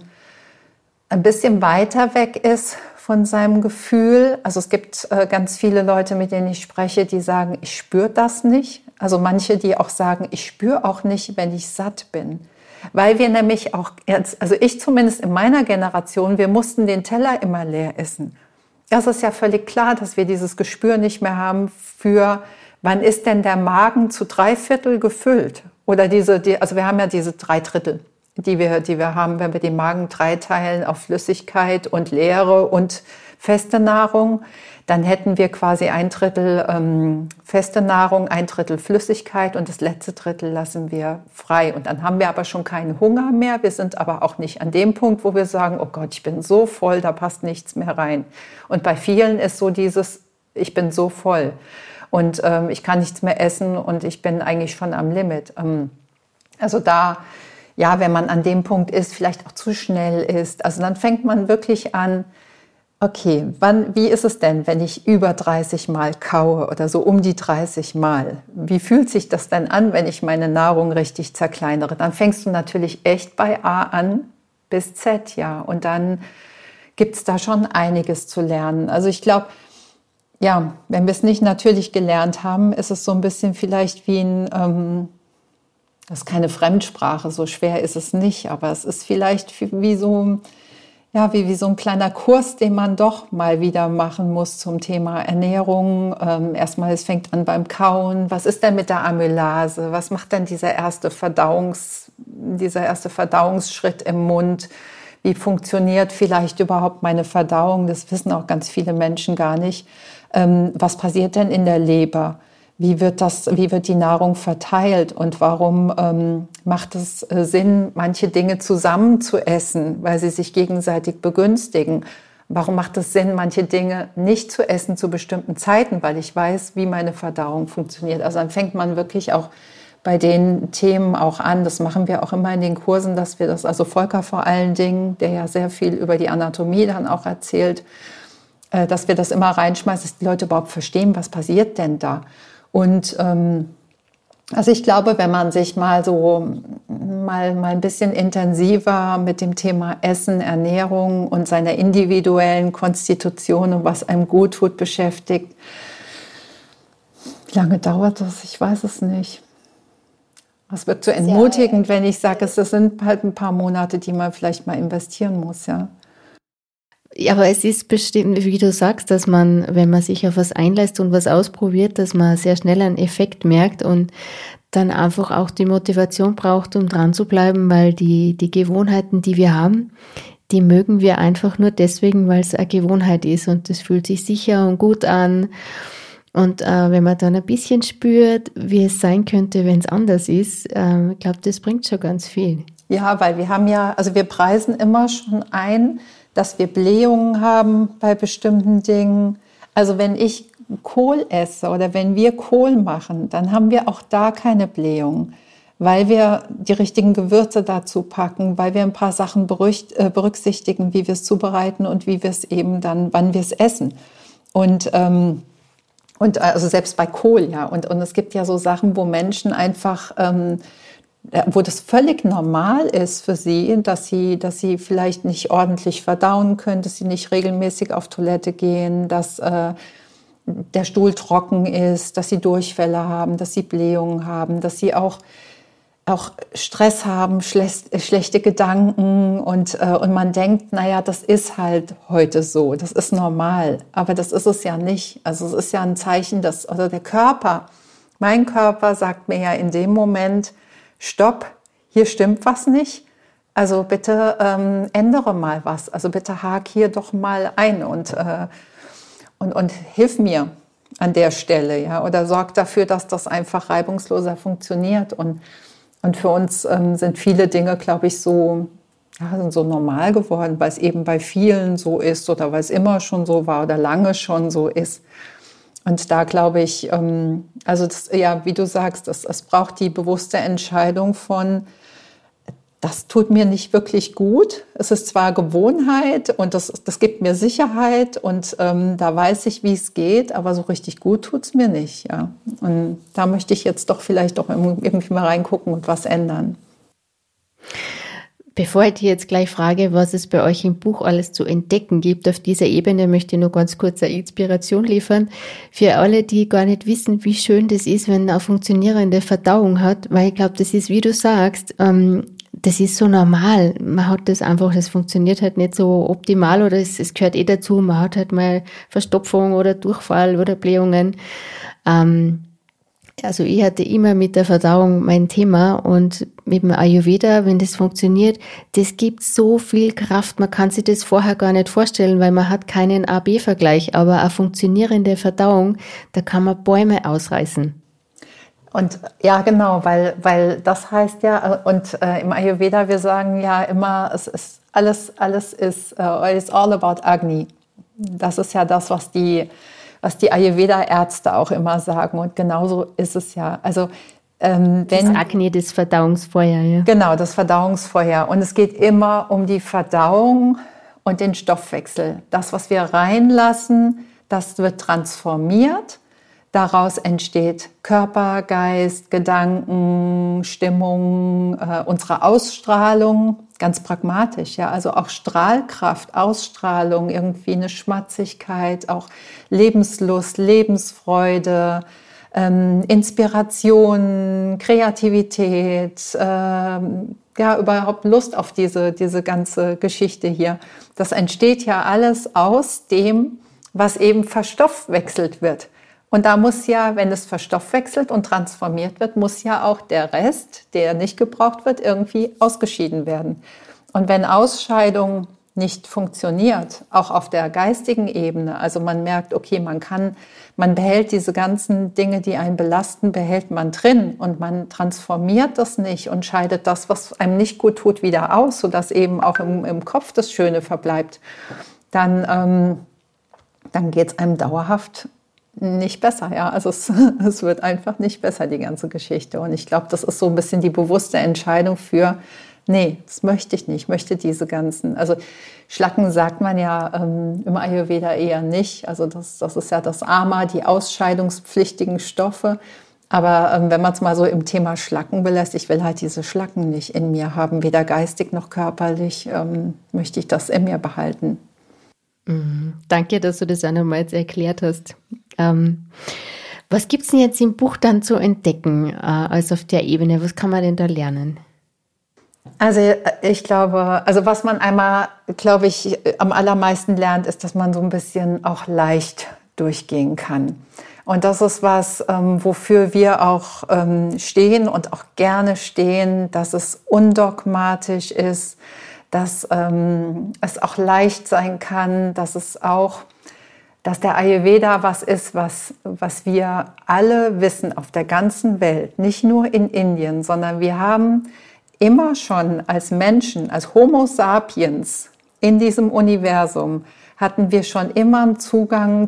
ein bisschen weiter weg ist von seinem Gefühl. Also es gibt ganz viele Leute, mit denen ich spreche, die sagen, ich spüre das nicht. Also manche, die auch sagen, ich spüre auch nicht, wenn ich satt bin. Weil wir nämlich auch, also ich zumindest in meiner Generation, wir mussten den Teller immer leer essen. Das ist ja völlig klar, dass wir dieses Gespür nicht mehr haben für, wann ist denn der Magen zu 3/4 gefüllt? Oder also wir haben ja diese 3/3, die wir haben, wenn wir den Magen dreiteilen auf Flüssigkeit und Leere und feste Nahrung, dann hätten wir quasi 1/3 feste Nahrung, 1/3 Flüssigkeit und das letzte Drittel lassen wir frei. Und dann haben wir aber schon keinen Hunger mehr. Wir sind aber auch nicht an dem Punkt, wo wir sagen, oh Gott, ich bin so voll, da passt nichts mehr rein. Und bei vielen ist so dieses, ich bin so voll. Und ich kann nichts mehr essen und ich bin eigentlich schon am Limit. Also da, ja, wenn man an dem Punkt ist, vielleicht auch zu schnell ist, also dann fängt man wirklich an, okay, wie ist es denn, wenn ich über 30 Mal kaue oder so um die 30 Mal? Wie fühlt sich das denn an, wenn ich meine Nahrung richtig zerkleinere? Dann fängst du natürlich echt bei A an bis Z, ja. Und dann gibt's da schon einiges zu lernen. Also ich glaube, ja, wenn wir es nicht natürlich gelernt haben, ist es so ein bisschen vielleicht wie das ist keine Fremdsprache, so schwer ist es nicht, aber es ist vielleicht wie so ein kleiner Kurs, den man doch mal wieder machen muss zum Thema Ernährung. Erstmal, es fängt an beim Kauen. Was ist denn mit der Amylase? Was macht denn dieser erste Verdauungsschritt im Mund? Wie funktioniert vielleicht überhaupt meine Verdauung? Das wissen auch ganz viele Menschen gar nicht. Was passiert denn in der Leber? wie wird die Nahrung verteilt und warum macht es Sinn, manche Dinge zusammen zu essen, weil sie sich gegenseitig begünstigen? Warum macht es Sinn, manche Dinge nicht zu essen zu bestimmten Zeiten, weil ich weiß, wie meine Verdauung funktioniert? Also dann fängt man wirklich auch bei den Themen auch an. Das machen wir auch immer in den Kursen, dass wir das, also Volker vor allen Dingen, der ja sehr viel über die Anatomie dann auch erzählt, dass wir das immer reinschmeißen, dass die Leute überhaupt verstehen, was passiert denn da? Und also ich glaube, wenn man sich mal ein bisschen intensiver mit dem Thema Essen, Ernährung und seiner individuellen Konstitution und was einem gut tut beschäftigt, wie lange dauert das? Ich weiß es nicht. Es wird zu entmutigend, wenn ich sage, es sind halt ein paar Monate, die man vielleicht mal investieren muss, ja. Ja, aber es ist bestimmt, wie du sagst, dass man, wenn man sich auf was einlässt und was ausprobiert, dass man sehr schnell einen Effekt merkt und dann einfach auch die Motivation braucht, um dran zu bleiben, weil die Gewohnheiten, die wir haben, die mögen wir einfach nur deswegen, weil es eine Gewohnheit ist und das fühlt sich sicher und gut an. Und wenn man dann ein bisschen spürt, wie es sein könnte, wenn es anders ist, ich glaube, das bringt schon ganz viel. Ja, weil wir preisen immer schon ein, dass wir Blähungen haben bei bestimmten Dingen. Also wenn ich Kohl esse oder wenn wir Kohl machen, dann haben wir auch da keine Blähungen, weil wir die richtigen Gewürze dazu packen, weil wir ein paar Sachen berücksichtigen, wie wir es zubereiten und wie wir es eben dann, wann wir es essen. Und also selbst bei Kohl, ja. Und es gibt ja so Sachen, wo Menschen einfach wo das völlig normal ist für sie, dass sie vielleicht nicht ordentlich verdauen können, dass sie nicht regelmäßig auf Toilette gehen, dass der Stuhl trocken ist, dass sie Durchfälle haben, dass sie Blähungen haben, dass sie auch Stress haben, schlechte Gedanken und man denkt, naja, das ist halt heute so, das ist normal, aber das ist es ja nicht. Also es ist ja ein Zeichen, dass mein Körper sagt mir ja in dem Moment, stopp, hier stimmt was nicht. Also bitte ändere mal was. Also bitte hake hier doch mal ein und hilf mir an der Stelle, ja, oder sorg dafür, dass das einfach reibungsloser funktioniert. Und für uns sind viele Dinge, glaube ich, sind so normal geworden, weil es eben bei vielen so ist oder weil es immer schon so war oder lange schon so ist. Und da glaube ich, wie du sagst, es braucht die bewusste Entscheidung von, das tut mir nicht wirklich gut. Es ist zwar Gewohnheit und das gibt mir Sicherheit und da weiß ich, wie es geht, aber so richtig gut tut es mir nicht. Ja. Und da möchte ich jetzt doch vielleicht auch irgendwie mal reingucken und was ändern. Bevor ich dir jetzt gleich frage, was es bei euch im Buch alles zu entdecken gibt, auf dieser Ebene möchte ich nur ganz kurz eine Inspiration liefern. Für alle, die gar nicht wissen, wie schön das ist, wenn man eine funktionierende Verdauung hat, weil ich glaube, das ist, wie du sagst, das ist so normal. Man hat das einfach, das funktioniert halt nicht so optimal oder es gehört eh dazu. Man hat halt mal Verstopfung oder Durchfall oder Blähungen. Also ich hatte immer mit der Verdauung mein Thema und mit dem Ayurveda, wenn das funktioniert, das gibt so viel Kraft, man kann sich das vorher gar nicht vorstellen, weil man hat keinen A-B-Vergleich, aber eine funktionierende Verdauung, da kann man Bäume ausreißen. Und ja, genau, weil das heißt ja, und im Ayurveda, wir sagen ja immer, es ist alles ist, it's all about Agni. Das ist ja das, was die Ayurveda-Ärzte auch immer sagen. Und genauso ist es ja. Also, das Agni, das Verdauungsfeuer, ja. Genau, das Verdauungsfeuer. Und es geht immer um die Verdauung und den Stoffwechsel. Das, was wir reinlassen, das wird transformiert. Daraus entsteht Körper, Geist, Gedanken, Stimmung, unsere Ausstrahlung, ganz pragmatisch, ja, also auch Strahlkraft, Ausstrahlung, irgendwie eine Schmatzigkeit, auch Lebenslust, Lebensfreude, Inspiration, Kreativität, überhaupt Lust auf diese ganze Geschichte hier. Das entsteht ja alles aus dem, was eben verstoffwechselt wird. Und da muss ja, wenn es verstoffwechselt und transformiert wird, muss ja auch der Rest, der nicht gebraucht wird, irgendwie ausgeschieden werden. Und wenn Ausscheidung nicht funktioniert, auch auf der geistigen Ebene. Also man merkt, okay, man behält diese ganzen Dinge, die einen belasten, behält man drin und man transformiert das nicht und scheidet das, was einem nicht gut tut, wieder aus, sodass eben auch im Kopf das Schöne verbleibt. Dann geht es einem dauerhaft nicht besser. Ja? Also es wird einfach nicht besser, die ganze Geschichte. Und ich glaube, das ist so ein bisschen die bewusste Entscheidung für, nee, das möchte ich nicht. Ich möchte diese ganzen, also Schlacken sagt man ja im Ayurveda eher nicht. Also das ist ja das Ama, die ausscheidungspflichtigen Stoffe. Aber wenn man es mal so im Thema Schlacken belässt, ich will halt diese Schlacken nicht in mir haben, weder geistig noch körperlich, möchte ich das in mir behalten. Danke, dass du das auch nochmal jetzt erklärt hast. Was gibt es denn jetzt im Buch dann zu entdecken, also auf der Ebene? Was kann man denn da lernen? Also ich glaube, also was man einmal, glaube ich, am allermeisten lernt, ist, dass man so ein bisschen auch leicht durchgehen kann. Und das ist was, wofür wir auch stehen und auch gerne stehen, dass es undogmatisch ist, dass es auch leicht sein kann, dass der Ayurveda was ist, was wir alle wissen auf der ganzen Welt, nicht nur in Indien, sondern wir haben immer schon als Menschen, als Homo sapiens in diesem Universum, hatten wir schon immer einen Zugang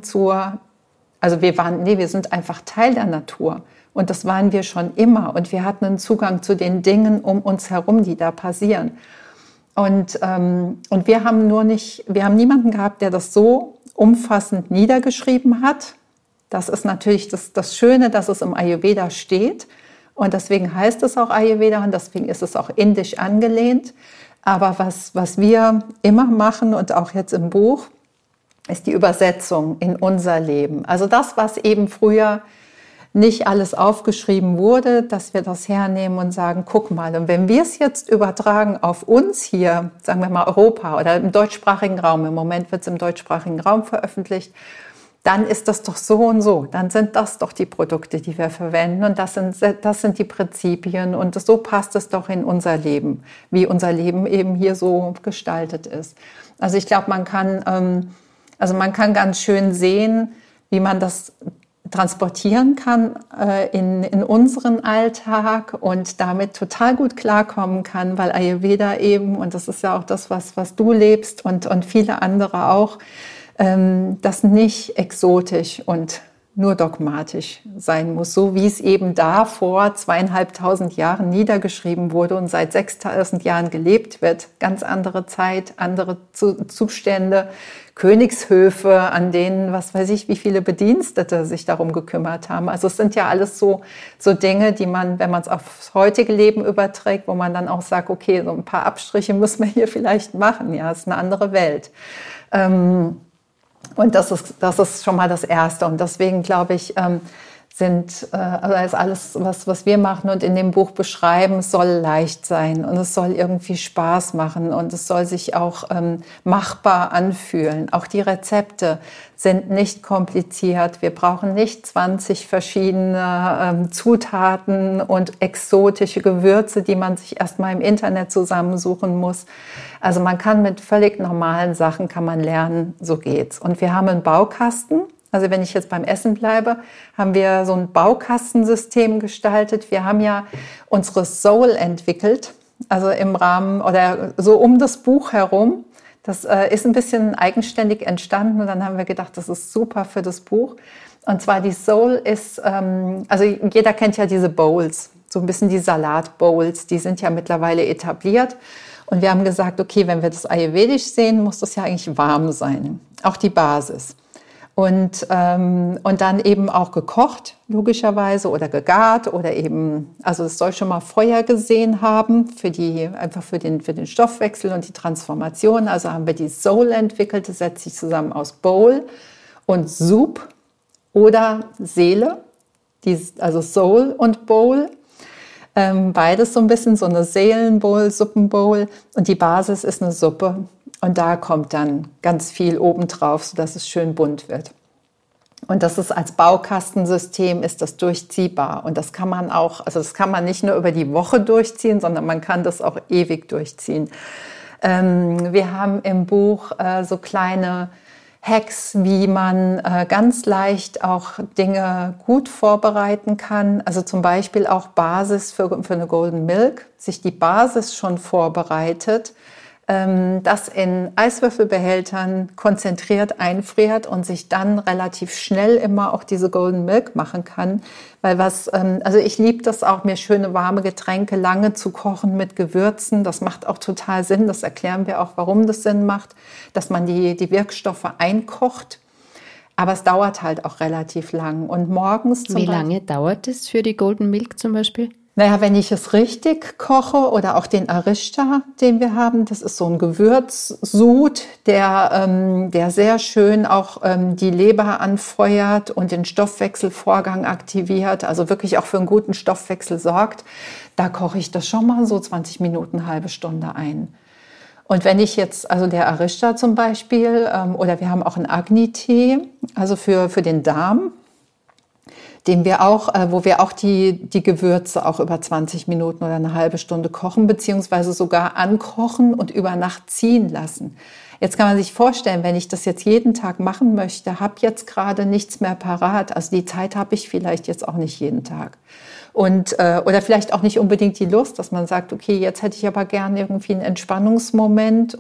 wir sind einfach Teil der Natur. Und das waren wir schon immer. Und wir hatten einen Zugang zu den Dingen um uns herum, die da passieren. Und wir haben niemanden gehabt, der das so umfassend niedergeschrieben hat. Das ist natürlich das Schöne, dass es im Ayurveda steht. Und deswegen heißt es auch Ayurveda und deswegen ist es auch indisch angelehnt. Aber was wir immer machen und auch jetzt im Buch, ist die Übersetzung in unser Leben. Also das, was eben früher nicht alles aufgeschrieben wurde, dass wir das hernehmen und sagen, guck mal, und wenn wir es jetzt übertragen auf uns hier, sagen wir mal Europa oder im deutschsprachigen Raum, im Moment wird es im deutschsprachigen Raum veröffentlicht, dann ist das doch so und so. Dann sind das doch die Produkte, die wir verwenden und das sind die Prinzipien und so passt es doch in unser Leben, wie unser Leben eben hier so gestaltet ist. Also ich glaube, man kann ganz schön sehen, wie man das transportieren kann in unseren Alltag und damit total gut klarkommen kann, weil Ayurveda eben, und das ist ja auch das, was du lebst und viele andere auch, das nicht exotisch und nur dogmatisch sein muss, so wie es eben da vor 2500 Jahren niedergeschrieben wurde und seit 6000 Jahren gelebt wird. Ganz andere Zeit, andere Zustände, Königshöfe, an denen, was weiß ich, wie viele Bedienstete sich darum gekümmert haben. Also es sind ja alles so Dinge, die man, wenn man es aufs heutige Leben überträgt, wo man dann auch sagt, okay, so ein paar Abstriche muss man hier vielleicht machen. Ja, es ist eine andere Welt. Und das ist schon mal das Erste. Und deswegen glaube ich, ist alles, was wir machen und in dem Buch beschreiben, soll leicht sein und es soll irgendwie Spaß machen und es soll sich auch machbar anfühlen. Auch die Rezepte sind nicht kompliziert. Wir brauchen nicht 20 verschiedene Zutaten und exotische Gewürze, die man sich erstmal im Internet zusammensuchen muss. Also man kann mit völlig normalen Sachen kann man lernen, so geht's. Und wir haben einen Baukasten. Also wenn ich jetzt beim Essen bleibe, haben wir so ein Baukastensystem gestaltet. Wir haben ja unsere Soul entwickelt, also im Rahmen oder so um das Buch herum. Das ist ein bisschen eigenständig entstanden und dann haben wir gedacht, das ist super für das Buch. Und zwar die Soul ist, also jeder kennt ja diese Bowls, so ein bisschen die Salatbowls, die sind ja mittlerweile etabliert. Und wir haben gesagt, okay, wenn wir das ayurvedisch sehen, muss das ja eigentlich warm sein, auch die Basis. Und dann eben auch gekocht, logischerweise, oder gegart oder eben, also es soll schon mal Feuer gesehen haben für den Stoffwechsel und die Transformation. Also haben wir die Soul entwickelt, das setzt sich zusammen aus Bowl und Soup oder Seele, also Soul und Bowl. Beides so ein bisschen so eine Seelenbowl, Suppenbowl und die Basis ist eine Suppe. Und da kommt dann ganz viel obendrauf, sodass es schön bunt wird. Und das ist als Baukastensystem ist das durchziehbar. Und das kann man auch, also das kann man nicht nur über die Woche durchziehen, sondern man kann das auch ewig durchziehen. Wir haben im Buch so kleine Hacks, wie man ganz leicht auch Dinge gut vorbereiten kann. Also zum Beispiel auch Basis für eine Golden Milk, sich die Basis schon vorbereitet, das in Eiswürfelbehältern konzentriert einfriert und sich dann relativ schnell immer auch diese Golden Milk machen kann. Weil also ich liebe das auch, mir schöne warme Getränke lange zu kochen mit Gewürzen. Das macht auch total Sinn. Das erklären wir auch, warum das Sinn macht, dass man die Wirkstoffe einkocht. Aber es dauert halt auch relativ lang. Und morgens Wie lange dauert es für die Golden Milk zum Beispiel? Naja, wenn ich es richtig koche oder auch den Arishta, den wir haben, das ist so ein Gewürzsud, der sehr schön auch die Leber anfeuert und den Stoffwechselvorgang aktiviert, also wirklich auch für einen guten Stoffwechsel sorgt. Da koche ich das schon mal so 20 Minuten, halbe Stunde ein. Und wenn ich jetzt, also der Arishta zum Beispiel, oder wir haben auch einen Agni-Tee, also für den Darm, wo wir auch die Gewürze auch über 20 Minuten oder eine halbe Stunde kochen, beziehungsweise sogar ankochen und über Nacht ziehen lassen. Jetzt kann man sich vorstellen, wenn ich das jetzt jeden Tag machen möchte, habe jetzt gerade nichts mehr parat. Also die Zeit habe ich vielleicht jetzt auch nicht jeden Tag. Oder vielleicht auch nicht unbedingt die Lust, dass man sagt, okay, jetzt hätte ich aber gerne irgendwie einen Entspannungsmoment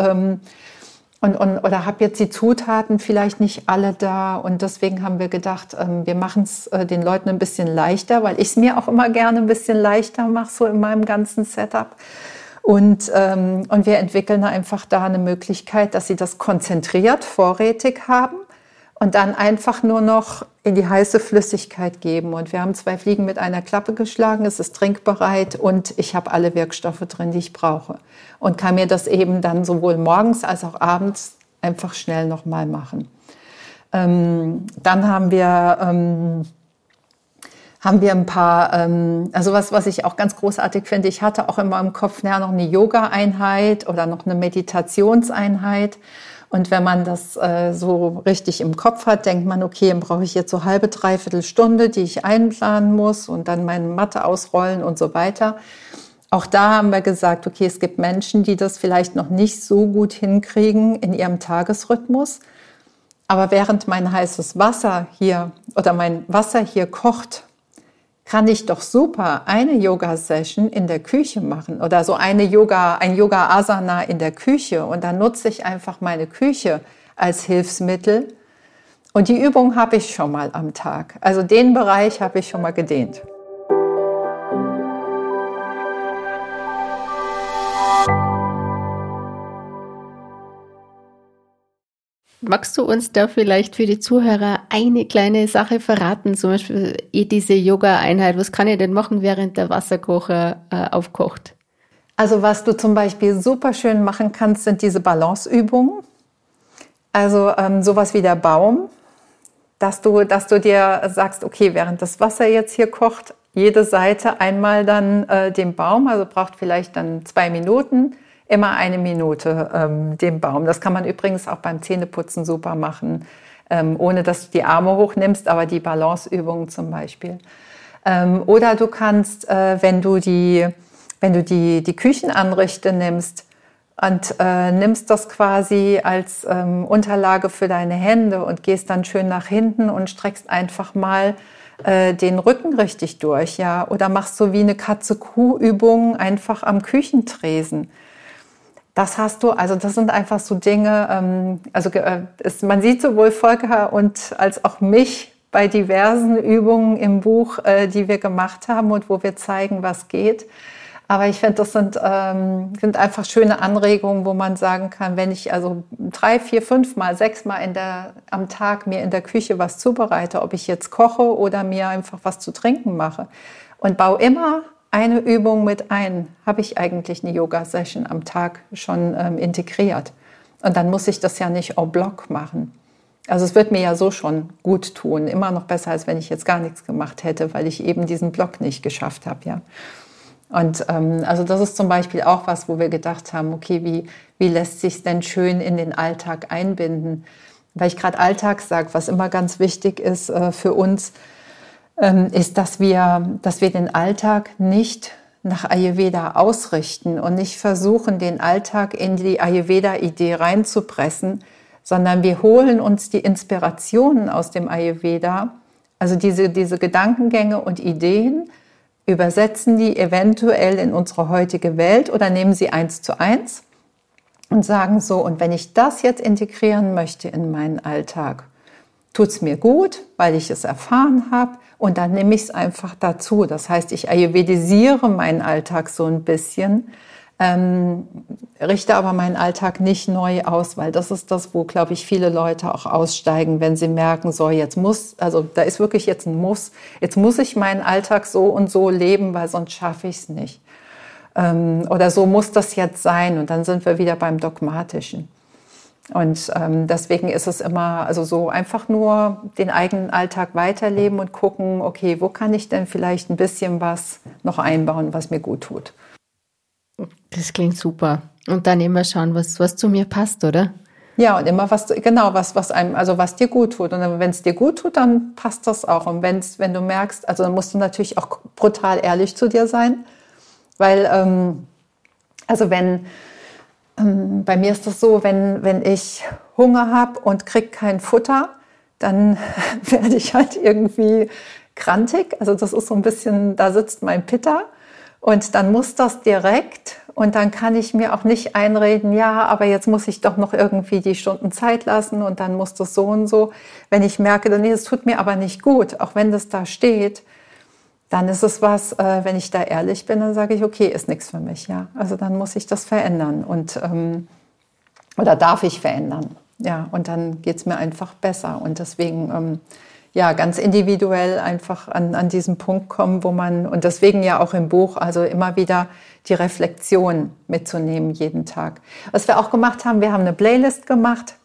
oder habe jetzt die Zutaten vielleicht nicht alle da. Und deswegen haben wir gedacht, wir machen es den Leuten ein bisschen leichter, weil ich es mir auch immer gerne ein bisschen leichter mache, so in meinem ganzen Setup. Und wir entwickeln einfach da eine Möglichkeit, dass sie das konzentriert, vorrätig haben und dann einfach nur noch in die heiße Flüssigkeit geben. Und wir haben 2 Fliegen mit einer Klappe geschlagen, es ist trinkbereit und ich habe alle Wirkstoffe drin, die ich brauche. Und kann mir das eben dann sowohl morgens als auch abends einfach schnell nochmal machen. Dann haben wir ein paar, also was ich auch ganz großartig finde, ich hatte auch immer im Kopf, noch eine Yoga-Einheit oder noch eine Meditationseinheit. Und wenn man das so richtig im Kopf hat, denkt man, okay, dann brauche ich jetzt so halbe, dreiviertel Stunde, die ich einplanen muss und dann meine Matte ausrollen und so weiter. Auch da haben wir gesagt, okay, es gibt Menschen, die das vielleicht noch nicht so gut hinkriegen in ihrem Tagesrhythmus. Aber während mein heißes Wasser hier oder mein Wasser hier kocht, kann ich doch super eine Yoga-Session in der Küche machen oder so ein Yoga-Asana in der Küche. Und dann nutze ich einfach meine Küche als Hilfsmittel. Und die Übung habe ich schon mal am Tag. Also den Bereich habe ich schon mal gedehnt. Magst du uns da vielleicht für die Zuhörer eine kleine Sache verraten? Zum Beispiel diese Yoga-Einheit. Was kann ich denn machen, während der Wasserkocher aufkocht? Also was du zum Beispiel super schön machen kannst, sind diese Balanceübungen. Also sowas wie der Baum, dass du dir sagst, okay, während das Wasser jetzt hier kocht, jede Seite einmal dann den Baum, also braucht vielleicht dann 2 Minuten, immer 1 Minute den Baum. Das kann man übrigens auch beim Zähneputzen super machen, ohne dass du die Arme hochnimmst, aber die Balanceübungen zum Beispiel. Oder du kannst, wenn du die Küchenanrichte nimmst und nimmst das quasi als Unterlage für deine Hände und gehst dann schön nach hinten und streckst einfach mal den Rücken richtig durch, ja, oder machst so wie eine Katze-Kuh-Übung einfach am Küchentresen. Das hast du, also das sind einfach so Dinge, man sieht sowohl Volker als auch mich bei diversen Übungen im Buch, die wir gemacht haben und wo wir zeigen, was geht. Aber ich finde, das sind einfach schöne Anregungen, wo man sagen kann, wenn ich also 3, 4, 5 Mal, 6 Mal am Tag mir in der Küche was zubereite, ob ich jetzt koche oder mir einfach was zu trinken mache und baue immer eine Übung mit ein, habe ich eigentlich eine Yoga-Session am Tag schon integriert. Und dann muss ich das ja nicht en bloc machen. Also es wird mir ja so schon gut tun, immer noch besser, als wenn ich jetzt gar nichts gemacht hätte, weil ich eben diesen Block nicht geschafft habe, ja. Und also das ist zum Beispiel auch was, wo wir gedacht haben, okay, wie lässt sich es denn schön in den Alltag einbinden? Weil ich gerade Alltag sage, was immer ganz wichtig ist für uns, ist, dass wir den Alltag nicht nach Ayurveda ausrichten und nicht versuchen, den Alltag in die Ayurveda-Idee reinzupressen, sondern wir holen uns die Inspirationen aus dem Ayurveda, also diese Gedankengänge und Ideen, übersetzen die eventuell in unsere heutige Welt oder nehmen sie 1:1 und sagen so, und wenn ich das jetzt integrieren möchte in meinen Alltag, tut es mir gut, weil ich es erfahren habe, und dann nehme ich es einfach dazu. Das heißt, ich ayurvedisiere meinen Alltag so ein bisschen, richte aber meinen Alltag nicht neu aus, weil das ist das, wo, glaube ich, viele Leute auch aussteigen, wenn sie merken, so jetzt muss, also da ist wirklich jetzt ein Muss, jetzt muss ich meinen Alltag so und so leben, weil sonst schaffe ich es nicht. Oder so muss das jetzt sein, und dann sind wir wieder beim Dogmatischen. Und deswegen ist es immer, also so einfach nur den eigenen Alltag weiterleben und gucken, okay, wo kann ich denn vielleicht ein bisschen was noch einbauen, was mir gut tut. Das klingt super. Und dann immer schauen, was zu mir passt, oder? Ja, und immer was einem, also was dir gut tut. Und wenn es dir gut tut, dann passt das auch. Und wenn du merkst, also dann musst du natürlich auch brutal ehrlich zu dir sein, weil, also bei mir ist das so, wenn ich Hunger habe und kriege kein Futter, dann werde ich halt irgendwie krantig. Also das ist so ein bisschen, da sitzt mein Pitta. Und dann muss das direkt, und dann kann ich mir auch nicht einreden, ja, aber jetzt muss ich doch noch irgendwie die Stunden Zeit lassen und dann muss das so und so. Wenn ich merke, nee, das tut mir aber nicht gut, auch wenn das da steht, dann ist es was, wenn ich da ehrlich bin, dann sage ich, okay, ist nichts für mich, ja. Also dann muss ich das verändern und oder darf ich verändern, ja. Und dann geht's mir einfach besser. Und deswegen ja, ganz individuell einfach an diesen Punkt kommen, wo man, und deswegen ja auch im Buch, also immer wieder die Reflexion mitzunehmen jeden Tag. Was wir auch gemacht haben, wir haben eine Playlist gemacht,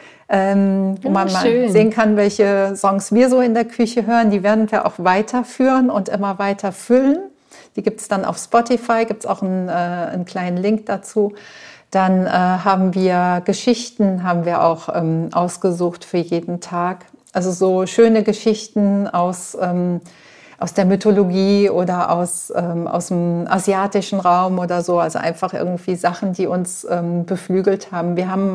wo man mal sehen kann, welche Songs wir so in der Küche hören. Die werden wir auch weiterführen und immer weiter füllen. Die gibt's dann auf Spotify, gibt's auch einen kleinen Link dazu. Dann haben wir Geschichten, haben wir auch ausgesucht für jeden Tag. Also so schöne Geschichten aus der Mythologie oder aus dem asiatischen Raum oder so. Also einfach irgendwie Sachen, die uns beflügelt haben. Wir haben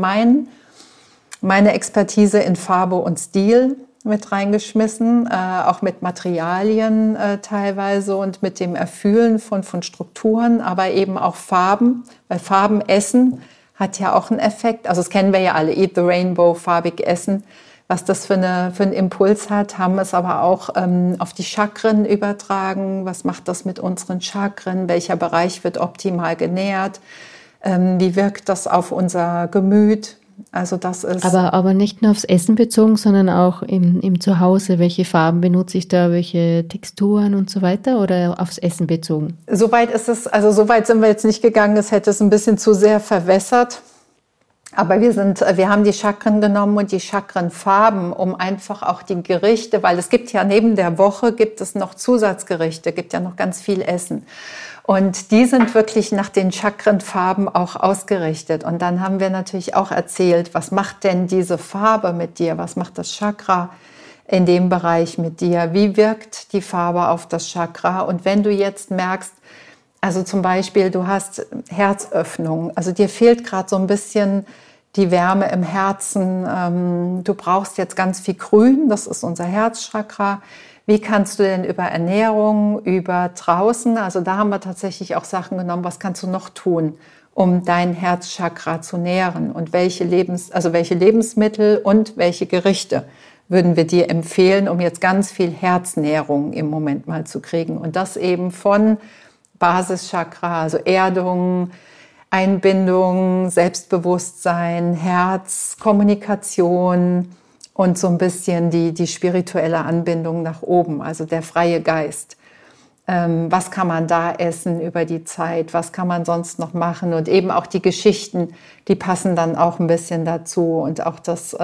meine Expertise in Farbe und Stil mit reingeschmissen, auch mit Materialien teilweise und mit dem Erfühlen von Strukturen, aber eben auch Farben, weil Farben essen hat ja auch einen Effekt. Also das kennen wir ja alle, Eat the Rainbow, farbig essen. Was das für einen Impuls hat, haben es aber auch auf die Chakren übertragen. Was macht das mit unseren Chakren? Welcher Bereich wird optimal genährt? Wie wirkt das auf unser Gemüt? Also das ist aber nicht nur aufs Essen bezogen, sondern auch im Zuhause. Welche Farben benutze ich da, welche Texturen und so weiter, oder aufs Essen bezogen? Soweit sind wir jetzt nicht gegangen. Es hätte es ein bisschen zu sehr verwässert. Aber wir haben die Chakren genommen und die Chakrenfarben, um einfach auch die Gerichte, weil es gibt ja neben der Woche gibt es noch Zusatzgerichte, gibt ja noch ganz viel Essen. Und die sind wirklich nach den Chakrenfarben auch ausgerichtet. Und dann haben wir natürlich auch erzählt, was macht denn diese Farbe mit dir? Was macht das Chakra in dem Bereich mit dir? Wie wirkt die Farbe auf das Chakra? Und wenn du jetzt merkst, also zum Beispiel, du hast Herzöffnung, also dir fehlt gerade so ein bisschen die Wärme im Herzen, du brauchst jetzt ganz viel Grün, das ist unser Herzchakra. Wie kannst du denn über Ernährung, über draußen, also da haben wir tatsächlich auch Sachen genommen, was kannst du noch tun, um dein Herzchakra zu nähren, und welche Lebensmittel und welche Gerichte würden wir dir empfehlen, um jetzt ganz viel Herznährung im Moment mal zu kriegen, und das eben von Basischakra, also Erdung, Einbindung, Selbstbewusstsein, Herz, Kommunikation und so ein bisschen die spirituelle Anbindung nach oben, also der freie Geist. Was kann man da essen über die Zeit? Was kann man sonst noch machen? Und eben auch die Geschichten, die passen dann auch ein bisschen dazu. Und auch das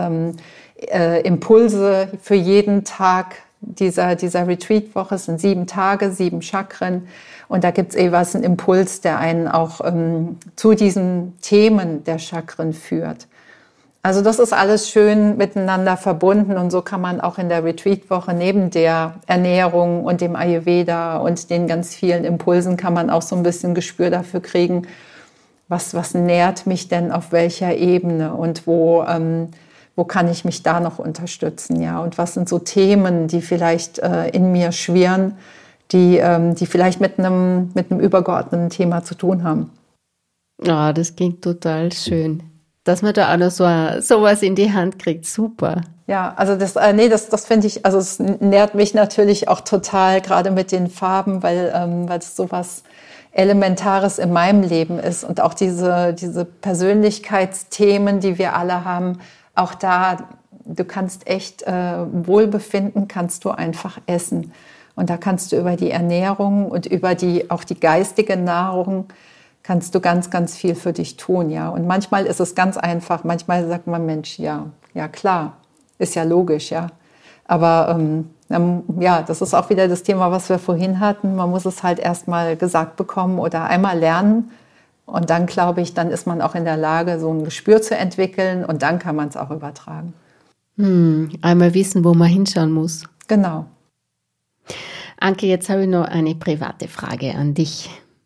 Impulse für jeden Tag dieser Retreat-Woche. Es sind 7 Tage, 7 Chakren. Und da gibt's was, einen Impuls, der einen auch zu diesen Themen der Chakren führt. Also das ist alles schön miteinander verbunden und so kann man auch in der Retreat-Woche neben der Ernährung und dem Ayurveda und den ganz vielen Impulsen kann man auch so ein bisschen Gespür dafür kriegen, was nährt mich denn auf welcher Ebene und wo kann ich mich da noch unterstützen, ja? Und was sind so Themen, die vielleicht in mir schwirren, die vielleicht mit einem übergeordneten Thema zu tun haben. Ah, das klingt total schön. Dass man da auch noch sowas in die Hand kriegt, super. Ja, also das finde ich, also es nährt mich natürlich auch total, gerade mit den Farben, weil es sowas Elementares in meinem Leben ist und auch diese Persönlichkeitsthemen, die wir alle haben, auch da, du kannst echt Wohlbefinden kannst du einfach essen. Und da kannst du über die Ernährung und über auch die geistige Nahrung kannst du ganz, ganz viel für dich tun, ja. Und manchmal ist es ganz einfach. Manchmal sagt man, Mensch, ja klar, ist ja logisch, ja. Aber ja, das ist auch wieder das Thema, was wir vorhin hatten. Man muss es halt erstmal gesagt bekommen oder einmal lernen. Und dann, glaube ich, dann ist man auch in der Lage, so ein Gespür zu entwickeln. Und dann kann man es auch übertragen. Einmal wissen, wo man hinschauen muss. Genau. Anke, jetzt habe ich noch eine private Frage an dich.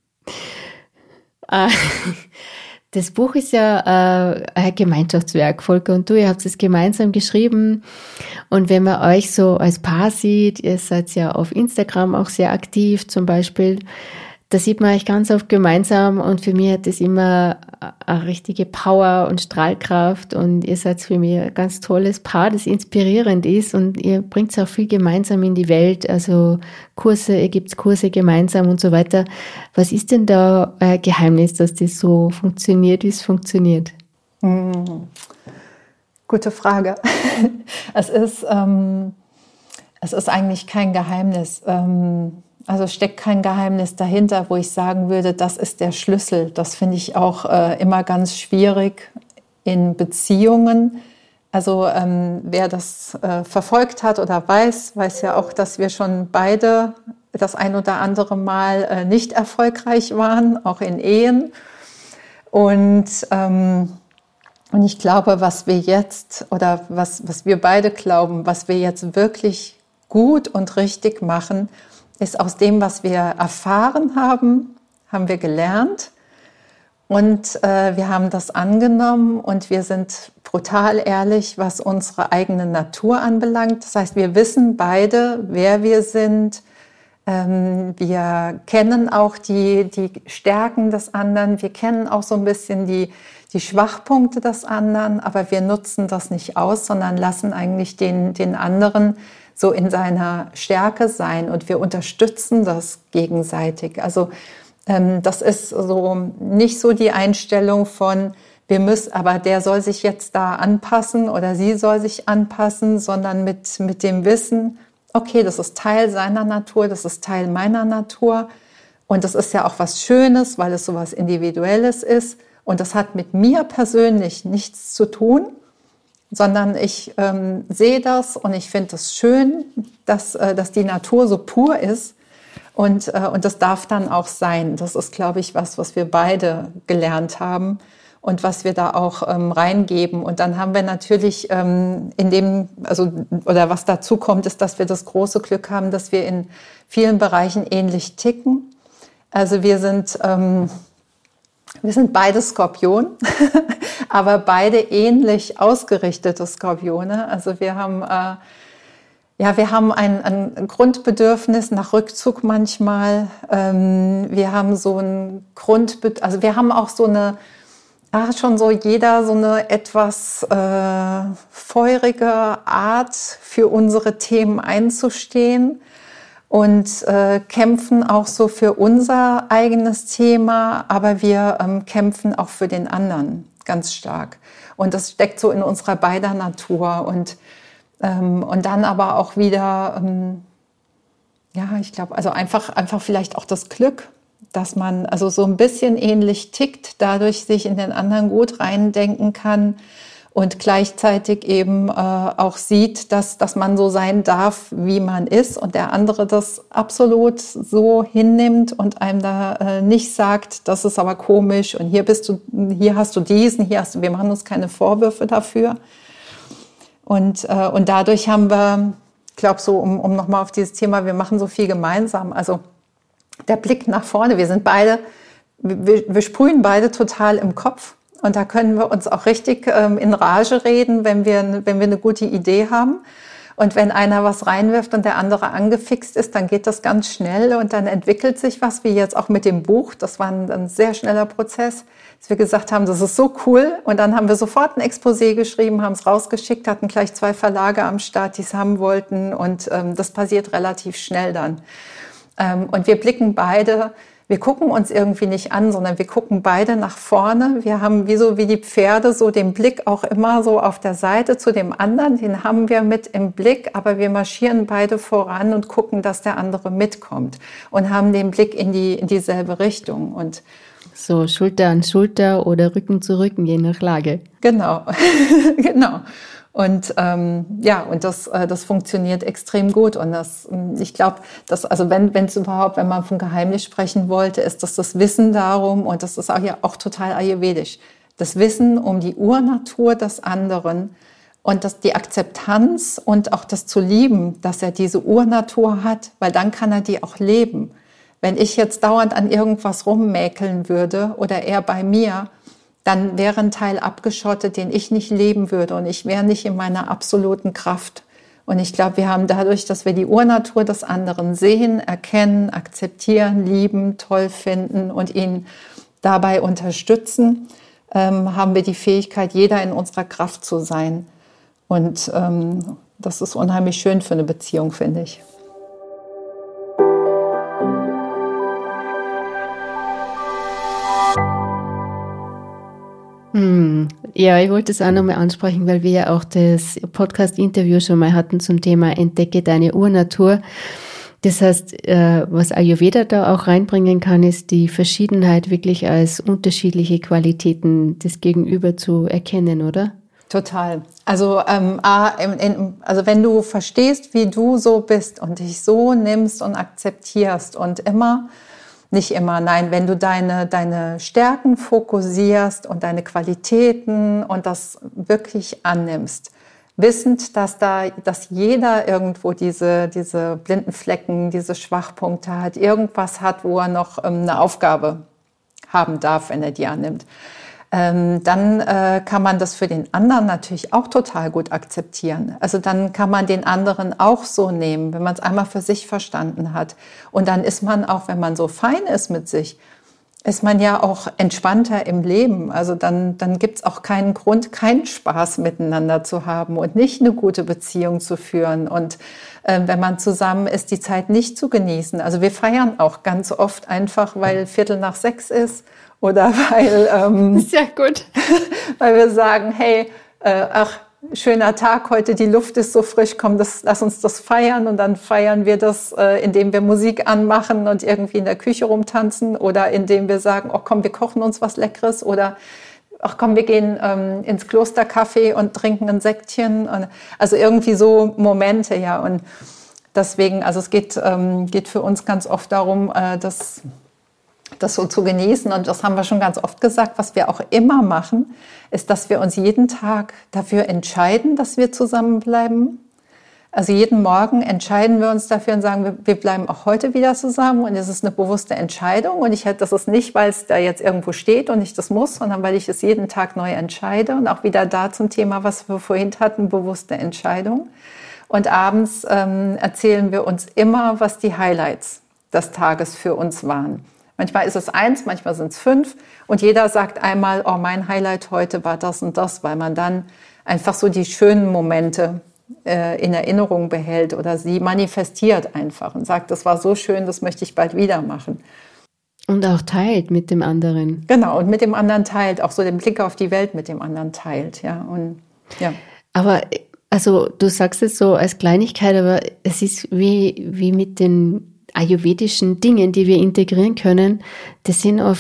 Das Buch ist ja ein Gemeinschaftswerk. Volker und du, ihr habt es gemeinsam geschrieben. Und wenn man euch so als Paar sieht, ihr seid ja auf Instagram auch sehr aktiv zum Beispiel, da sieht man euch ganz oft gemeinsam und für mich hat das immer eine richtige Power und Strahlkraft und ihr seid für mich ein ganz tolles Paar, das inspirierend ist und ihr bringt auch viel gemeinsam in die Welt, also ihr gebt Kurse gemeinsam und so weiter. Was ist denn da euer Geheimnis, dass das so funktioniert, wie es funktioniert? Gute Frage. Es ist eigentlich kein Geheimnis. Also steckt kein Geheimnis dahinter, wo ich sagen würde, das ist der Schlüssel. Das finde ich auch immer ganz schwierig in Beziehungen. Also wer das verfolgt hat oder weiß ja auch, dass wir schon beide das ein oder andere Mal nicht erfolgreich waren, auch in Ehen. Und ich glaube, was wir jetzt oder was wir beide glauben, was wir jetzt wirklich gut und richtig machen, ist aus dem, was wir erfahren haben wir gelernt und wir haben das angenommen und wir sind brutal ehrlich, was unsere eigene Natur anbelangt. Das heißt, wir wissen beide, wer wir sind. Wir kennen auch die Stärken des anderen. Wir kennen auch so ein bisschen die Schwachpunkte des anderen, aber wir nutzen das nicht aus, sondern lassen eigentlich den anderen so in seiner Stärke sein und wir unterstützen das gegenseitig. Also das ist so nicht so die Einstellung von aber der soll sich jetzt da anpassen oder sie soll sich anpassen, sondern mit dem Wissen, okay, das ist Teil seiner Natur, das ist Teil meiner Natur und das ist ja auch was Schönes, weil es so was Individuelles ist und das hat mit mir persönlich nichts zu tun, sondern ich sehe das und ich finde es schön, dass die Natur so pur ist und das darf dann auch sein. Das ist, glaube ich, was wir beide gelernt haben und was wir da auch reingeben. Und dann haben wir natürlich oder was dazu kommt, ist, dass wir das große Glück haben, dass wir in vielen Bereichen ähnlich ticken. Also wir sind beide Skorpion, aber beide ähnlich ausgerichtete Skorpione. Also wir haben ein Grundbedürfnis nach Rückzug manchmal. Wir haben so ein also wir haben auch so eine, schon so jeder so eine etwas feurige Art für unsere Themen einzustehen. Und kämpfen auch so für unser eigenes Thema, aber wir kämpfen auch für den anderen ganz stark. Und das steckt so in unserer beider Natur. Und dann aber auch wieder, ich glaube, also einfach vielleicht auch das Glück, dass man also so ein bisschen ähnlich tickt, dadurch sich in den anderen gut reindenken kann und gleichzeitig eben auch sieht, dass man so sein darf, wie man ist und der andere das absolut so hinnimmt und einem da nicht sagt, das ist aber komisch und hier hast du diesen, wir machen uns keine Vorwürfe dafür. Und dadurch haben wir, ich glaube so, um nochmal auf dieses Thema, wir machen so viel gemeinsam, also der Blick nach vorne, wir sprühen beide total im Kopf. Und da können wir uns auch richtig in Rage reden, wenn wir eine gute Idee haben. Und wenn einer was reinwirft und der andere angefixt ist, dann geht das ganz schnell und dann entwickelt sich was, wie jetzt auch mit dem Buch. Das war ein sehr schneller Prozess, dass wir gesagt haben, das ist so cool. Und dann haben wir sofort ein Exposé geschrieben, haben es rausgeschickt, hatten gleich 2 Verlage am Start, die es haben wollten. Und das passiert relativ schnell dann. Und wir blicken beide. Wir gucken uns irgendwie nicht an, sondern wir gucken beide nach vorne. Wir haben wie die Pferde so den Blick auch immer so auf der Seite zu dem anderen. Den haben wir mit im Blick, aber wir marschieren beide voran und gucken, dass der andere mitkommt und haben den Blick in dieselbe Richtung. Und so Schulter an Schulter oder Rücken zu Rücken, je nach Lage. Genau, genau. Und und das funktioniert extrem gut. Und ich glaube, wenn man von Geheimnis sprechen wollte, ist das Wissen darum, und das ist auch total ayurvedisch, das Wissen um die Urnatur des anderen und die Akzeptanz und auch das zu lieben, dass er diese Urnatur hat, weil dann kann er die auch leben. Wenn ich jetzt dauernd an irgendwas rummäkeln würde oder er bei mir, dann wäre ein Teil abgeschottet, den ich nicht leben würde und ich wäre nicht in meiner absoluten Kraft. Und ich glaube, wir haben dadurch, dass wir die Urnatur des anderen sehen, erkennen, akzeptieren, lieben, toll finden und ihn dabei unterstützen, haben wir die Fähigkeit, jeder in unserer Kraft zu sein. Und das ist unheimlich schön für eine Beziehung, finde ich. Ja, ich wollte es auch nochmal ansprechen, weil wir ja auch das Podcast-Interview schon mal hatten zum Thema Entdecke deine Urnatur. Das heißt, was Ayurveda da auch reinbringen kann, ist die Verschiedenheit wirklich als unterschiedliche Qualitäten des Gegenüber zu erkennen, oder? Total. Also, wenn du verstehst, wie du so bist und dich so nimmst und akzeptierst und wenn du deine Stärken fokussierst und deine Qualitäten und das wirklich annimmst, wissend, dass jeder irgendwo diese blinden Flecken, diese Schwachpunkte hat, irgendwas hat, wo er noch eine Aufgabe haben darf, wenn er die annimmt. Dann kann man das für den anderen natürlich auch total gut akzeptieren. Also dann kann man den anderen auch so nehmen, wenn man es einmal für sich verstanden hat. Und dann ist man auch, wenn man so fein ist mit sich, ist man ja auch entspannter im Leben. Also dann gibt es auch keinen Grund, keinen Spaß miteinander zu haben und nicht eine gute Beziehung zu führen. Und wenn man zusammen ist, die Zeit nicht zu genießen. Also wir feiern auch ganz oft einfach, weil 5:45 ist. Oder weil, sehr gut. Weil wir sagen, hey, schöner Tag heute, die Luft ist so frisch, komm, lass uns das feiern. Und dann feiern wir das, indem wir Musik anmachen und irgendwie in der Küche rumtanzen oder indem wir sagen, oh komm, wir kochen uns was Leckeres oder ach komm, wir gehen ins Klostercafé und trinken ein Sektchen. Also irgendwie so Momente, ja. Und deswegen, also es geht für uns ganz oft darum, das so zu genießen. Und das haben wir schon ganz oft gesagt. Was wir auch immer machen, ist, dass wir uns jeden Tag dafür entscheiden, dass wir zusammenbleiben. Also jeden Morgen entscheiden wir uns dafür und sagen, wir bleiben auch heute wieder zusammen. Und es ist eine bewusste Entscheidung. Und das ist nicht, weil es da jetzt irgendwo steht und ich das muss, sondern weil ich es jeden Tag neu entscheide. Und auch wieder da zum Thema, was wir vorhin hatten, bewusste Entscheidung. Und abends erzählen wir uns immer, was die Highlights des Tages für uns waren. Manchmal ist es 1, manchmal sind es 5 und jeder sagt einmal, oh, mein Highlight heute war das und das, weil man dann einfach so die schönen Momente in Erinnerung behält oder sie manifestiert einfach und sagt, das war so schön, das möchte ich bald wieder machen. Und auch teilt mit dem anderen. Genau, und mit dem anderen teilt, auch so den Blick auf die Welt mit dem anderen teilt, ja. Und, ja. Aber also du sagst es so als Kleinigkeit, aber es ist wie mit den ayurvedischen Dingen, die wir integrieren können, das sind oft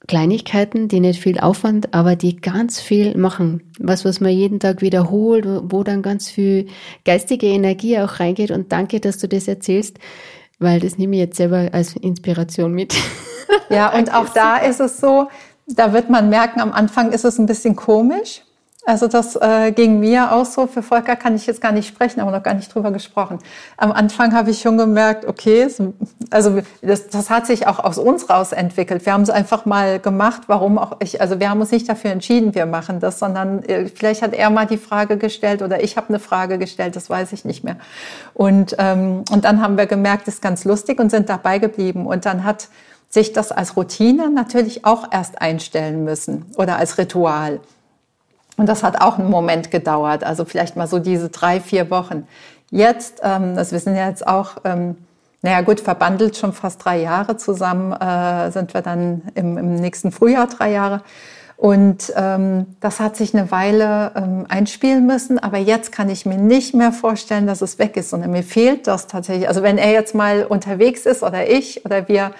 Kleinigkeiten, die nicht viel Aufwand, aber die ganz viel machen. Was man jeden Tag wiederholt, wo dann ganz viel geistige Energie auch reingeht. Und danke, dass du das erzählst, weil das nehme ich jetzt selber als Inspiration mit. Ja, und auch da ist es so, da wird man merken, am Anfang ist es ein bisschen komisch. Also das ging mir auch so. Für Volker kann ich jetzt gar nicht sprechen, aber noch gar nicht drüber gesprochen. Am Anfang habe ich schon gemerkt, okay, also das hat sich auch aus uns raus entwickelt. Wir haben es einfach mal gemacht, warum auch ich. Also wir haben uns nicht dafür entschieden, wir machen das, sondern vielleicht hat er mal die Frage gestellt oder ich habe eine Frage gestellt, das weiß ich nicht mehr. Und dann haben wir gemerkt, das ist ganz lustig und sind dabei geblieben. Und dann hat sich das als Routine natürlich auch erst einstellen müssen oder als Ritual. Und das hat auch einen Moment gedauert, also vielleicht mal so diese 3-4 Wochen. Jetzt, wir sind ja jetzt auch, verbandelt schon fast 3 Jahre zusammen, sind wir dann im nächsten Frühjahr 3 Jahre. Und das hat sich eine Weile einspielen müssen, aber jetzt kann ich mir nicht mehr vorstellen, dass es weg ist, sondern mir fehlt das tatsächlich. Also wenn er jetzt mal unterwegs ist oder ich oder wir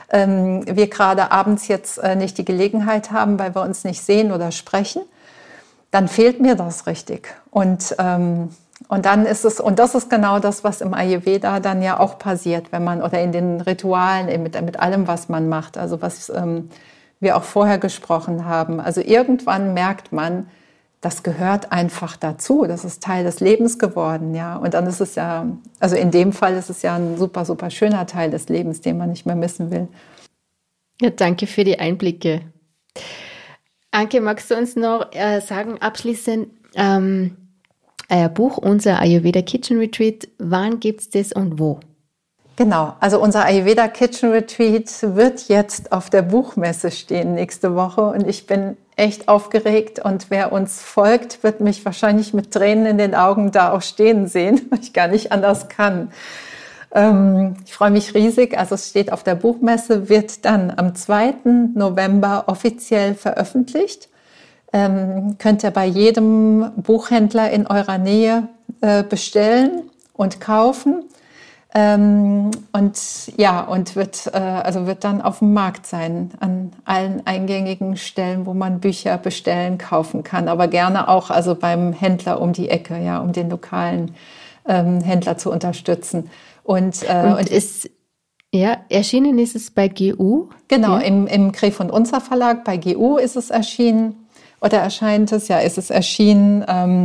gerade abends jetzt nicht die Gelegenheit haben, weil wir uns nicht sehen oder sprechen, dann fehlt mir das richtig. Und dann ist es, und das ist genau das, was im Ayurveda dann ja auch passiert, wenn man, oder in den Ritualen, mit allem, was man macht, also was wir auch vorher gesprochen haben. Also irgendwann merkt man, das gehört einfach dazu, das ist Teil des Lebens geworden, ja. Und dann ist es ja, also in dem Fall ist es ja ein super, super schöner Teil des Lebens, den man nicht mehr missen will. Ja, danke für die Einblicke. Anke, magst du uns noch sagen, abschließend, euer Buch, unser Ayurveda Kitchen Retreat, wann gibt's das und wo? Genau, also unser Ayurveda Kitchen Retreat wird jetzt auf der Buchmesse stehen nächste Woche und ich bin echt aufgeregt und wer uns folgt, wird mich wahrscheinlich mit Tränen in den Augen da auch stehen sehen, weil ich gar nicht anders kann. Ich freue mich riesig. Also es steht auf der Buchmesse, wird dann am 2. November offiziell veröffentlicht. Könnt ihr bei jedem Buchhändler in eurer Nähe bestellen und kaufen. Und wird dann auf dem Markt sein, an allen eingängigen Stellen, wo man Bücher bestellen, kaufen kann. Aber gerne auch also beim Händler um die Ecke, ja, um den lokalen Händler zu unterstützen. Erschienen ist es bei GU? Genau, ja. im Gref und Unzer Verlag, bei GU ist es erschienen, oder erscheint es, ja, ist es erschienen,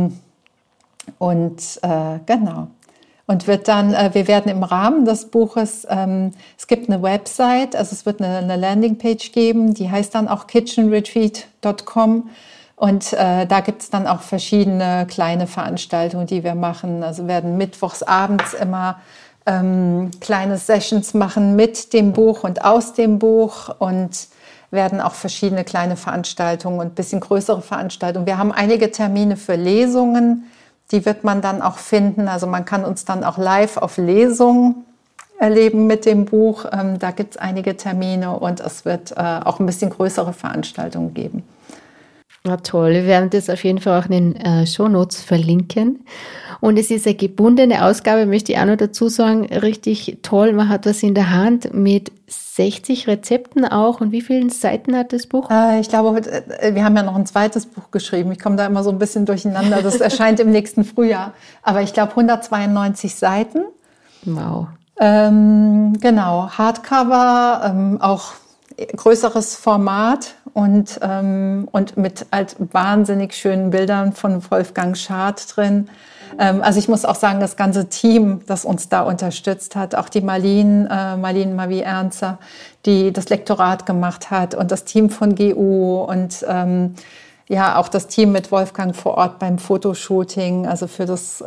genau. Und wird dann, wir werden im Rahmen des Buches, es gibt eine Website, also es wird eine Landingpage geben, die heißt dann auch kitchenretreat.com. Und da gibt's dann auch verschiedene kleine Veranstaltungen, die wir machen. Also werden mittwochs abends immer kleine Sessions machen mit dem Buch und aus dem Buch und werden auch verschiedene kleine Veranstaltungen und ein bisschen größere Veranstaltungen. Wir haben einige Termine für Lesungen, die wird man dann auch finden. Also man kann uns dann auch live auf Lesungen erleben mit dem Buch. Da gibt's einige Termine und es wird auch ein bisschen größere Veranstaltungen geben. Ja, toll. Wir werden das auf jeden Fall auch in den Shownotes verlinken. Und es ist eine gebundene Ausgabe, möchte ich auch noch dazu sagen, richtig toll. Man hat was in der Hand mit 60 Rezepten auch. Und wie viele Seiten hat das Buch? Ich glaube, wir haben ja noch ein zweites Buch geschrieben. Ich komme da immer so ein bisschen durcheinander. Das erscheint im nächsten Frühjahr. Aber ich glaube 192 Seiten. Wow. Genau, Hardcover, auch größeres Format und mit halt wahnsinnig schönen Bildern von Wolfgang Schad drin. Also ich muss auch sagen, das ganze Team, das uns da unterstützt hat, auch die Marlene Mavi-Ernzer, die das Lektorat gemacht hat und das Team von GU und auch das Team mit Wolfgang vor Ort beim Fotoshooting, also für das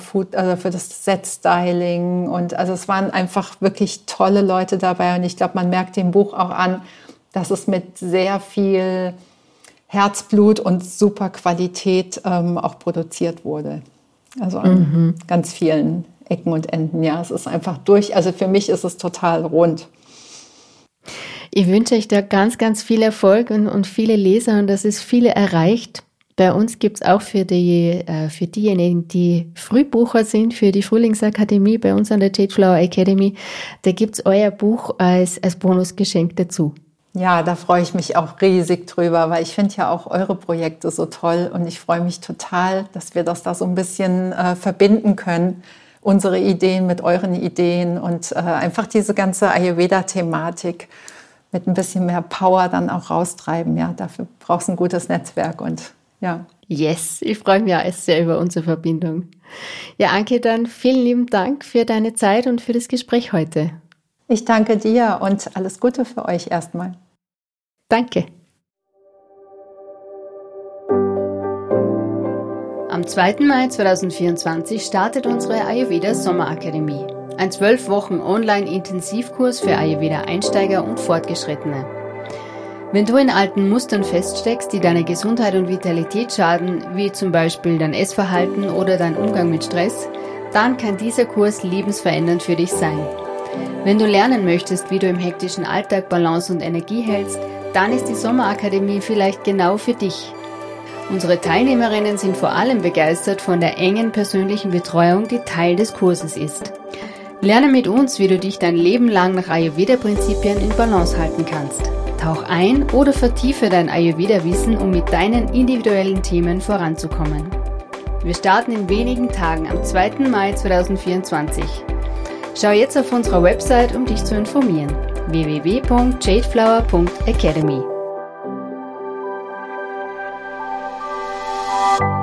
Set-Styling und also es waren einfach wirklich tolle Leute dabei und ich glaube, man merkt dem Buch auch an, dass es mit sehr viel Herzblut und super Qualität auch produziert wurde. Also an ganz vielen Ecken und Enden. Ja, es ist einfach also für mich ist es total rund. Ich wünsche euch da ganz, ganz viel Erfolg und viele Leser und dass es viele erreicht. Bei uns gibt's auch für diejenigen, die Frühbucher sind, für die Frühlingsakademie, bei uns an der Jade Flower Academy, da gibt's euer Buch als Bonusgeschenk dazu. Ja, da freue ich mich auch riesig drüber, weil ich finde ja auch eure Projekte so toll und ich freue mich total, dass wir das da so ein bisschen verbinden können, unsere Ideen mit euren Ideen und einfach diese ganze Ayurveda-Thematik mit ein bisschen mehr Power dann auch raustreiben. Ja, dafür brauchst du ein gutes Netzwerk und ja. Yes, ich freue mich auch sehr über unsere Verbindung. Ja, Anke, dann vielen lieben Dank für deine Zeit und für das Gespräch heute. Ich danke dir und alles Gute für euch erstmal. Danke. Am 2. Mai 2024 startet unsere Ayurveda Sommerakademie. Ein 12 Wochen Online-Intensivkurs für Ayurveda-Einsteiger und Fortgeschrittene. Wenn du in alten Mustern feststeckst, die deiner Gesundheit und Vitalität schaden, wie zum Beispiel dein Essverhalten oder dein Umgang mit Stress, dann kann dieser Kurs lebensverändernd für dich sein. Wenn du lernen möchtest, wie du im hektischen Alltag Balance und Energie hältst, dann ist die Sommerakademie vielleicht genau für dich. Unsere Teilnehmerinnen sind vor allem begeistert von der engen persönlichen Betreuung, die Teil des Kurses ist. Lerne mit uns, wie du dich dein Leben lang nach Ayurveda-Prinzipien in Balance halten kannst. Tauch ein oder vertiefe dein Ayurveda-Wissen, um mit deinen individuellen Themen voranzukommen. Wir starten in wenigen Tagen am 2. Mai 2024. Schau jetzt auf unserer Website, um dich zu informieren. www.jadeflower.academy